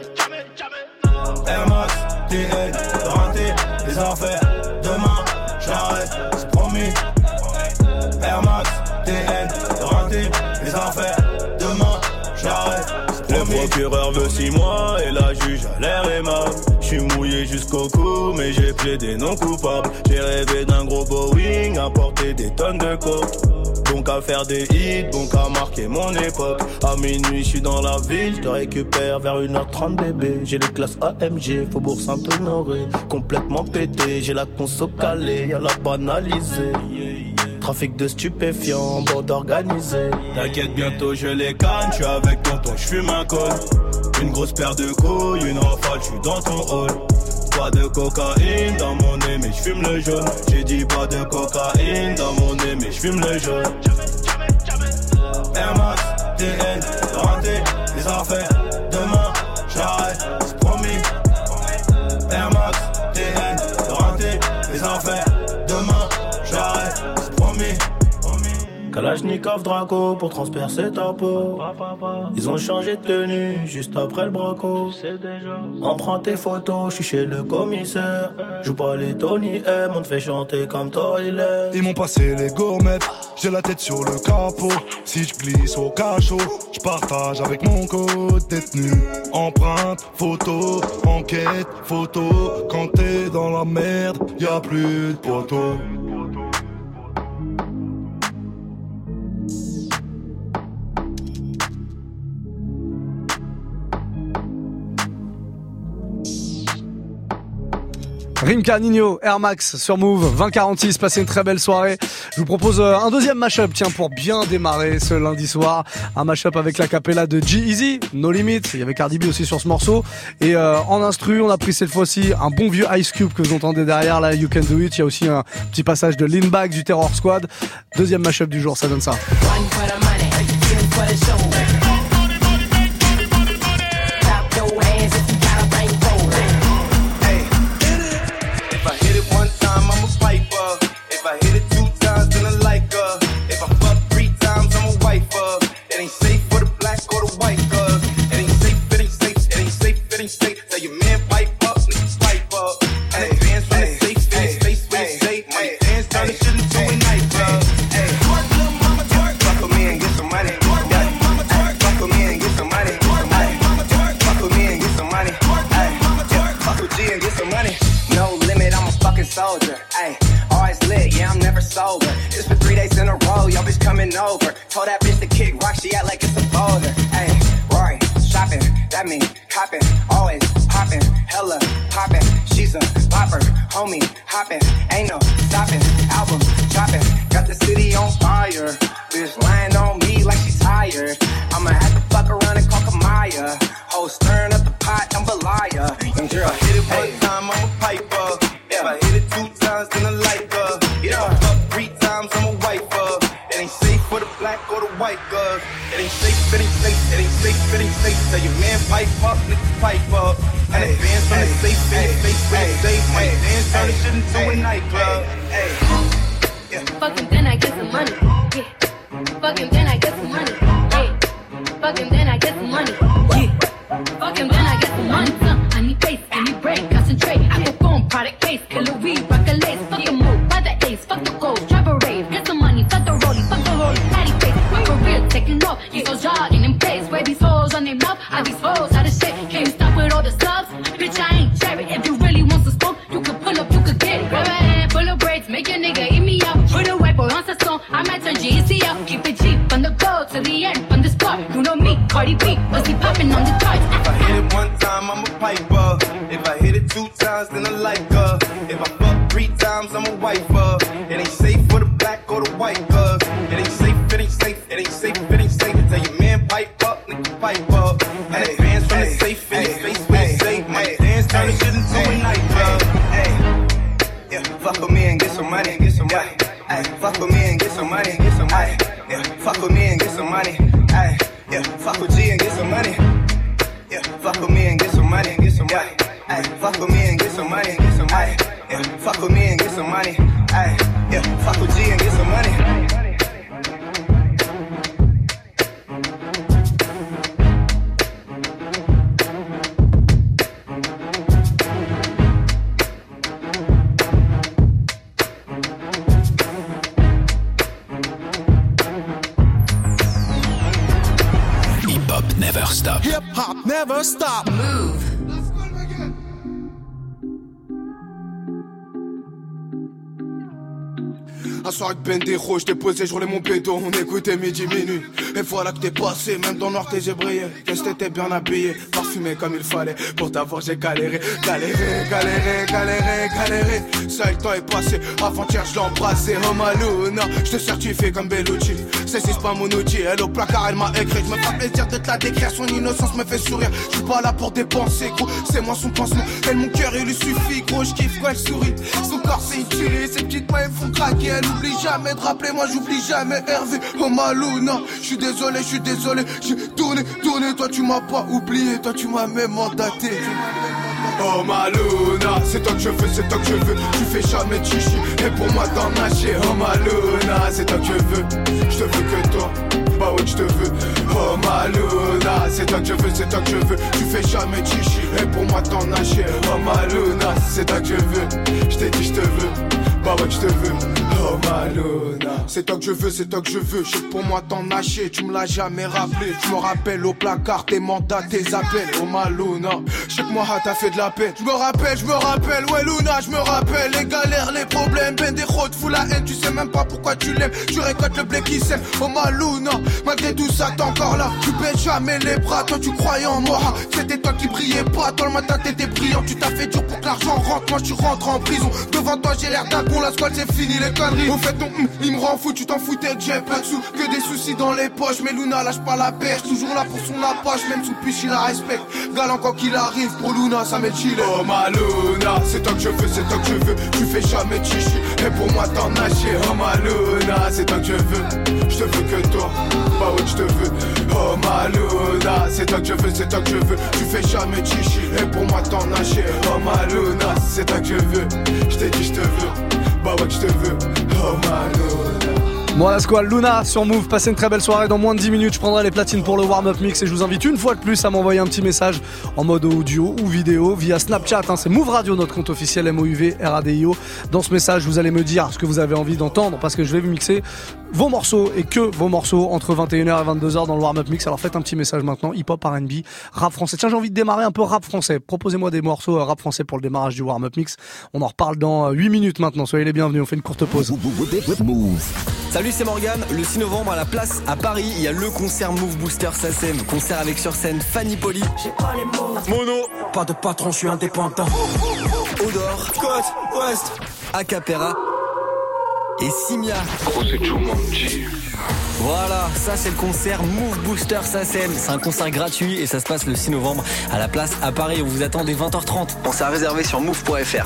Air Max, T N, rentré, les affaires, demain, j'arrête, c'est promis. Air Max, T N, rentré, les affaires, demain, j'arrête. Le procureur veut six mois et la juge a l'air aimable. J'suis mouillé jusqu'au cou mais j'ai plaidé non coupable. J'ai rêvé d'un gros Boeing, à porter des tonnes de coke. Donc à faire des hits, donc à marquer mon époque. À minuit j'suis dans la ville, j'te récupère vers une heure trente bébé. J'ai les classes A M G, Faubourg Saint-Honoré. Complètement pété, j'ai la conso calée, y'a la banalisée. Trafic de stupéfiants, bande organisée. T'inquiète, bientôt je les canne, je suis avec tonton, je fume un col. Une grosse paire de couilles, une rafale, je suis dans ton rôle. Pas de cocaïne dans mon nez, mais je fume le jaune. J'ai dit pas de cocaïne dans mon nez, mais je fume le jaune. Air Max, T N, rentré, les affaires, demain, j'arrête, c'est promis. Air Max, T N, rentré, les affaires, demain, j'arrête. Kalachnikov Draco pour transpercer ta peau. Ils ont changé de tenue juste après le braco. On prend tes photos, je suis chez le commissaire. Joue pas les Tony M, on te fait chanter comme Toilet. Ils m'ont passé les gourmettes, j'ai la tête sur le capot. Si je glisse au cachot, je partage avec mon code détenu. Empreinte, photo, enquête, photo. Quand t'es dans la merde, y'a plus de poteau. Rimka, Nino, Air Max sur Move, vingt quarante-six, passez une très belle soirée. Je vous propose un deuxième mashup, tiens, pour bien démarrer ce lundi soir. Un mashup avec la cappella de G-Eazy, No Limit. Il y avait Cardi B aussi sur ce morceau. Et euh, en instru, on a pris cette fois-ci un bon vieux Ice Cube que vous entendez derrière, là, You Can Do It. Il y a aussi un petit passage de Lean Back du Terror Squad. Deuxième mashup du jour, ça donne ça. Soldier, ayy, always lit, yeah, I'm never sober. Just for three days in a row, yo, bitch coming over. Told that bitch to kick rock, she act like it's a boulder. Ayy, Rory, shopping, that mean copping, always popping, hella popping. She's a bopper, homie, hopping, ain't no stopping. Album dropping, got the city on fire. Bitch lying on me like she's tired. I'ma have to fuck around and call Kamaya. Ho, stirring up the pot, I'm a liar. Young girl, hit it one time, I'm a piper. If I hit it two times, then I like her. If I fuck three times, I'm a wiper. It ain't safe for the black or the white girl. It ain't safe, it ain't safe, it ain't safe, it ain't safe. Tell your man pipe up, niggas pipe up. And advance from the safe, it ain't safe, it ain't safe. When you dance, turn this shit into a nightclub. Fuck him, then I get some money. Yeah. Fuck him, then I get some money. Yeah. Fuck him, then I get some money. Yeah. Fuck him, then I get some money. I need pace, I need break, concentrate. I go phone, product case, killer weed, rock a lace. Fuck the move, buy the ace, fuck the gold, drive a rave. Get some money, fuck the rollie, fuck the rollie, patty face. My career taking off, he's so jogging in place. Where these hoes on their mouth, are these hoes out of shape. Can't stop with all the subs, bitch I ain't cherry. If you really want some smoke, you can pull up, you can get it. Grab a hand, full of braids, make your nigga eat me out. Put a white boy on sa song, I might turn G E C out. Keep it cheap, from the go to the end, from the spot. You know me, Cardi B, pussy popping on the charts. If I hit it one time, I'm a piper. If I hit it two times, then I like her. If I fuck three times, I'm a wiper. It ain't safe for the black or the white girl. It ain't safe, it ain't safe, it ain't safe, it ain't safe. Tell your man pipe up, nigga pipe up. And advance from the safe, in his face, when it's safe. My dance turn this shit into a nightclub. Yeah, fuck with me and get some money, get some money. Ay, fuck with me and get some money, get some money. Yeah, fuck with me and get some money. Ay, yeah, fuck with G and get some money. Yeah, fuck with me and get some money, get some money. Ay, fuck with me and get some money, get some money. Yeah, fuck with me and get some money. Ay, yeah, fuck with G and get some money. Never stop. Hip hop never stop. Move. Un soir avec Bendejo, j't'ai posé, j'roulais mon pédo, on écoutait midi minuit. Et voilà que t'es passé, même dans le noir t'es j'ai brillé. Qu'est-ce que t'étais bien habillé, parfumé comme il fallait. Pour t'avoir j'ai galéré, galéré, galéré, galéré, galéré. Ça le temps est passé, avant-hier je l'ai embrassé. Oh Maluna, j'te certifie comme Bellucci. C'est c'est pas mon outil, elle au placard elle m'a écrit. J'me fais plaisir de te la décrire, son innocence me fait sourire. J'suis pas là pour dépenser gros, c'est moi son pansement. Elle mon cœur il lui suffit gros, j'kiffe quand elle sourit. Son corps c'est une tuerie, ses petites mains elles font craquer, elle j'oublie jamais de rappeler, moi j'oublie jamais Hervé. Oh Maluna, j'suis désolé, j'suis désolé. J'ai tourné, tourné, toi tu m'as pas oublié, toi tu m'as même mandaté. Oh Maluna, c'est toi que je veux, c'est toi que je veux. Tu fais jamais de chichi, et pour moi t'en nager. Oh Maluna, c'est toi que je veux. Je te veux que toi, bah ouais je te veux. Oh Maluna, c'est toi que je veux, c'est toi que je veux. Tu fais jamais de chichi, et pour moi t'en nager. Oh Maluna, c'est toi que je veux. Je t'ai dit je te veux, bah ouais je te veux. Oh Maluna, c'est toi que je veux, c'est toi que je veux. Je sais que pour moi t'en nager, tu me l'as jamais rappelé. Je me rappelle au placard tes mandats, tes appels. Oh Maluna, je sais que moi t'as fait de la peine. Je me rappelle, je me rappelle, ouais Luna, je me rappelle. Les galères, les problèmes, ben des routes, fous la haine. Tu sais même pas pourquoi tu l'aimes, tu récoltes le blé qui sème. Oh Maluna, malgré tout ça t'es encore là. Tu baisses jamais les bras, toi tu croyais en moi. C'était toi qui brillais pas, toi le matin t'étais brillant. Tu t'as fait dur pour que l'argent rentre, moi je rentre en prison. Devant toi j'ai l'air d'un con, la squale c'est fini les conneries. Au fait ton mm, il me rend fou, tu t'en foutais que j'ai pas de sous. Que des soucis dans les poches, mais Luna lâche pas la perche. Toujours là pour son approche, même sous piche il la respecte. Galant quand qu'il arrive, pour Luna ça met le gilet. Oh ma Luna, c'est toi que je veux, c'est toi que je veux. Tu fais jamais de chichi, et pour moi t'en nager. Oh ma Luna, c'est toi que je veux. Je te veux que toi, bah ouais je te veux. Oh ma Luna, c'est toi que je veux, c'est toi que je veux. Tu fais jamais de chichi, et pour moi t'en nager. Oh ma Luna, c'est toi que je veux. Je t'ai dit je te veux, bah ouais je te veux. Oh ma Luna. Moi la squale Luna sur Move, passez une très belle soirée. Dans moins de dix minutes je prendrai les platines pour le warm-up mix. Et je vous invite une fois de plus à m'envoyer un petit message en mode audio ou vidéo via Snapchat, hein. C'est Move Radio, notre compte officiel, M O U V R A D I O. Dans ce message vous allez me dire ce que vous avez envie d'entendre, parce que je vais vous mixer vos morceaux et que vos morceaux entre vingt et une heures et vingt-deux heures dans le warm-up mix. Alors faites un petit message maintenant, hip-hop, R and B, rap français. Tiens, j'ai envie de démarrer un peu rap français. Proposez-moi des morceaux rap français pour le démarrage du warm-up mix. On en reparle dans huit minutes maintenant, soyez les bienvenus, on fait une courte pause. Move. Salut, c'est Morgane. Le six novembre à la place à Paris, il y a le concert Move Booster S A C E M. Concert avec sur scène Fanny Poli, J'ai pas les mots. Mono, Pas de patron, je suis indépendant. Odor, Côte, Ouest, Acapera et Simia. Voilà, ça c'est le concert Move Booster S A C E M. C'est un concert gratuit et ça se passe le six novembre à la place à Paris. On vous attend dès vingt heures trente. On s'est réservé sur move point f r.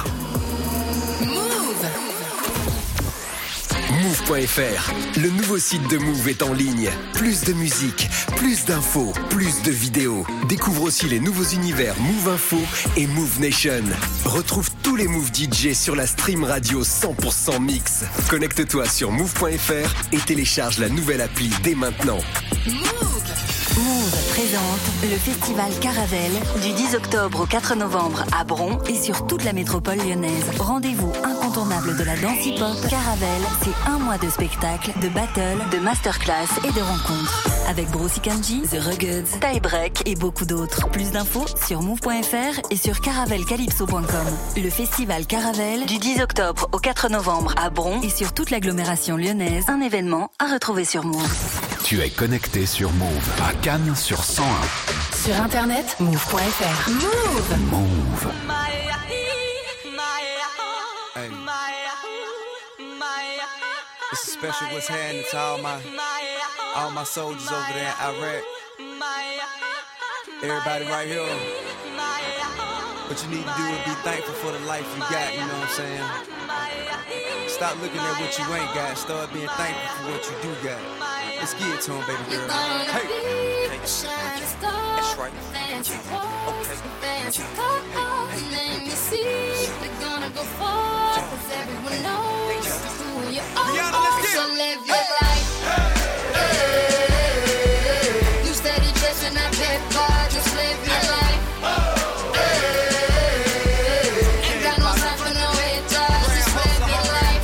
Move point f r, le nouveau site de Move est en ligne. Plus de musique, plus d'infos, plus de vidéos. Découvre aussi les nouveaux univers Move Info et Move Nation. Retrouve tous les Move D J sur la stream radio cent pour cent mix. Connecte-toi sur move point f r et télécharge la nouvelle appli dès maintenant. Move présente le festival Caravelle du dix octobre au quatre novembre à Bron et sur toute la métropole lyonnaise. Rendez-vous incontournable de la danse hip-hop. Caravelle, c'est un mois de spectacles, de battles, de masterclass et de rencontres. Avec Brossy Kanji, The Ruggeds, Tie Break et beaucoup d'autres. Plus d'infos sur move point f r et sur caravelle calypso point com. Le festival Caravelle du dix octobre au quatre novembre à Bron et sur toute l'agglomération lyonnaise. Un événement à retrouver sur Move. Tu es connecté sur Move à Cannes sur cent un. Sur internet, move point f r. Move. Move. It's a special what's happening to all my, all my soldiers over there in Iraq. Everybody right here. What you need to do is be thankful for the life you got, you know what I'm saying? Stop looking at what you ain't got, start being thankful for what you do got. Let's get it to him, baby girl. Hey! That's right. Fancy cars, let me see. We're gonna go far, cause everyone knows who you are. So live your life. You steady chasing that paper, just live your life. Ain't got no time for no haters, just live your life.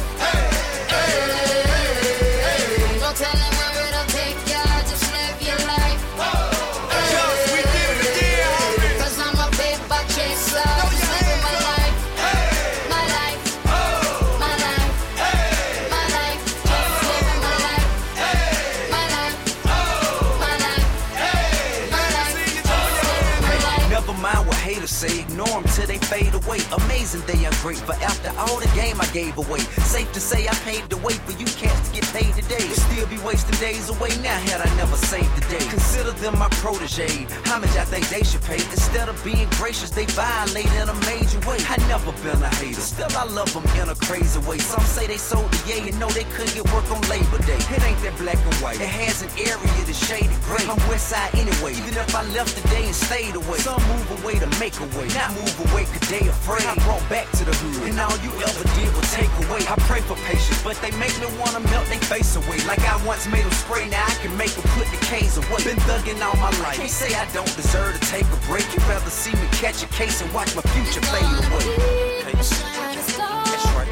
Don't tell them where it'll take ya, just live your life. Cause I'm a paper haters say ignore them till they fade away. Amazing they ungrateful after all the game I gave away. Safe to say I paved the way for you cats to get paid today. Still be wasting days away now had I never saved the day. Consider them my protege. How much I think they should pay? Instead of being gracious, they violate in a major way. I never been a hater, still I love them in a crazy way. Some say they sold the yay and know they couldn't get work on Labor Day. It ain't that black and white, it has an area that's shaded gray. I'm west side anyway, even if I left today and stayed away. Some move away to make a way, not move away cause they afraid. I brought back to the hood, and all you ever did was take away. I pray for patience, but they make me wanna melt their face away. Like I once made them spray, now I can make them put the K's away. Been thugging all my life, can't say I don't deserve to take a break. You'd rather see me catch a case and watch my future fade away. Hey. That's right.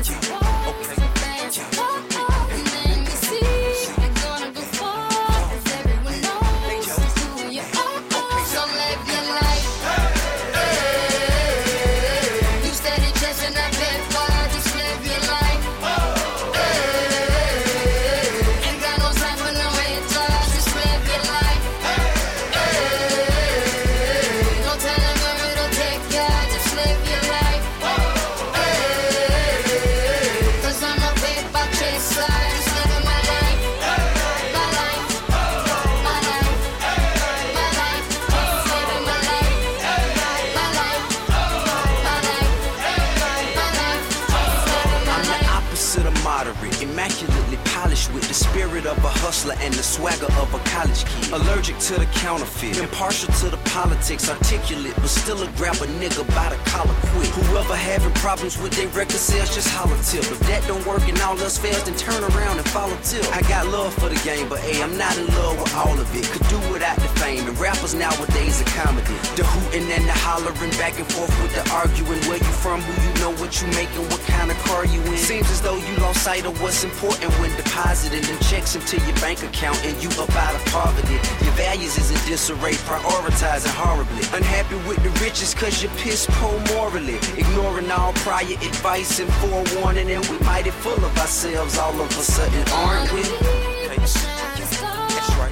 Immaculately polished with the spirit of a hustler and the swagger of a college kid. Allergic to the counterfeit, impartial to the politics, articulate, but still a grab a nigga by the collar quick. Whoever having problems with their record sales, just holler tip. If that don't work and all else fails, then turn around and follow tip. I got love for the game, but hey, I'm not in love with all of it. Could do without the fame, and rappers nowadays are comedy. The hooting and the hollering, back and forth with the arguing. Where you from, who you know, what you making, what kind of car you in. Seems as though you lost sight of what's important when depositing them checks into your bank account and you up out of poverty. Your values is in disarray, prioritizing horribly. Unhappy with the riches cause you're piss poor morally. Ignoring all prior advice and forewarning, and we mighty full of ourselves all of a sudden, aren't we? Okay. That's right.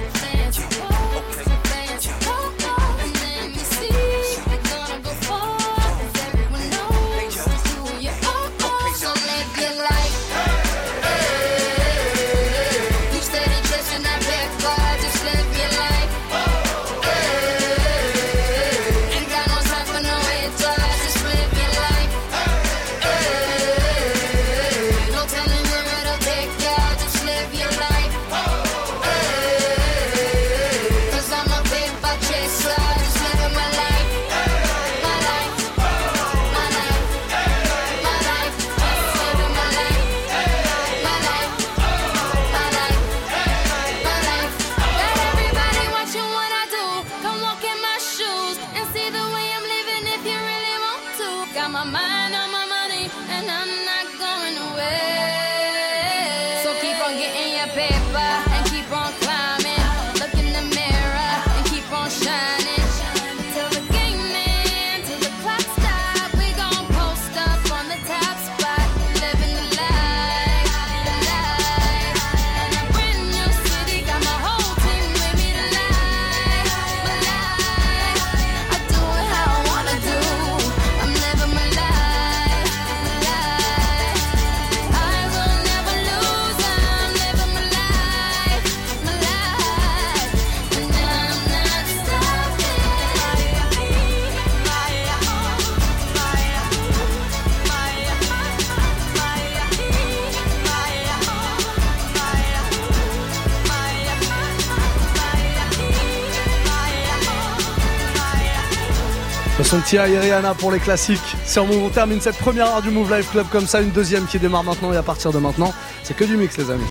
Son T I et Rihanna pour les classiques. Sur Move, on termine cette première heure du Move Live Club comme ça, une deuxième qui démarre maintenant, et à partir de maintenant, c'est que du mix les amis.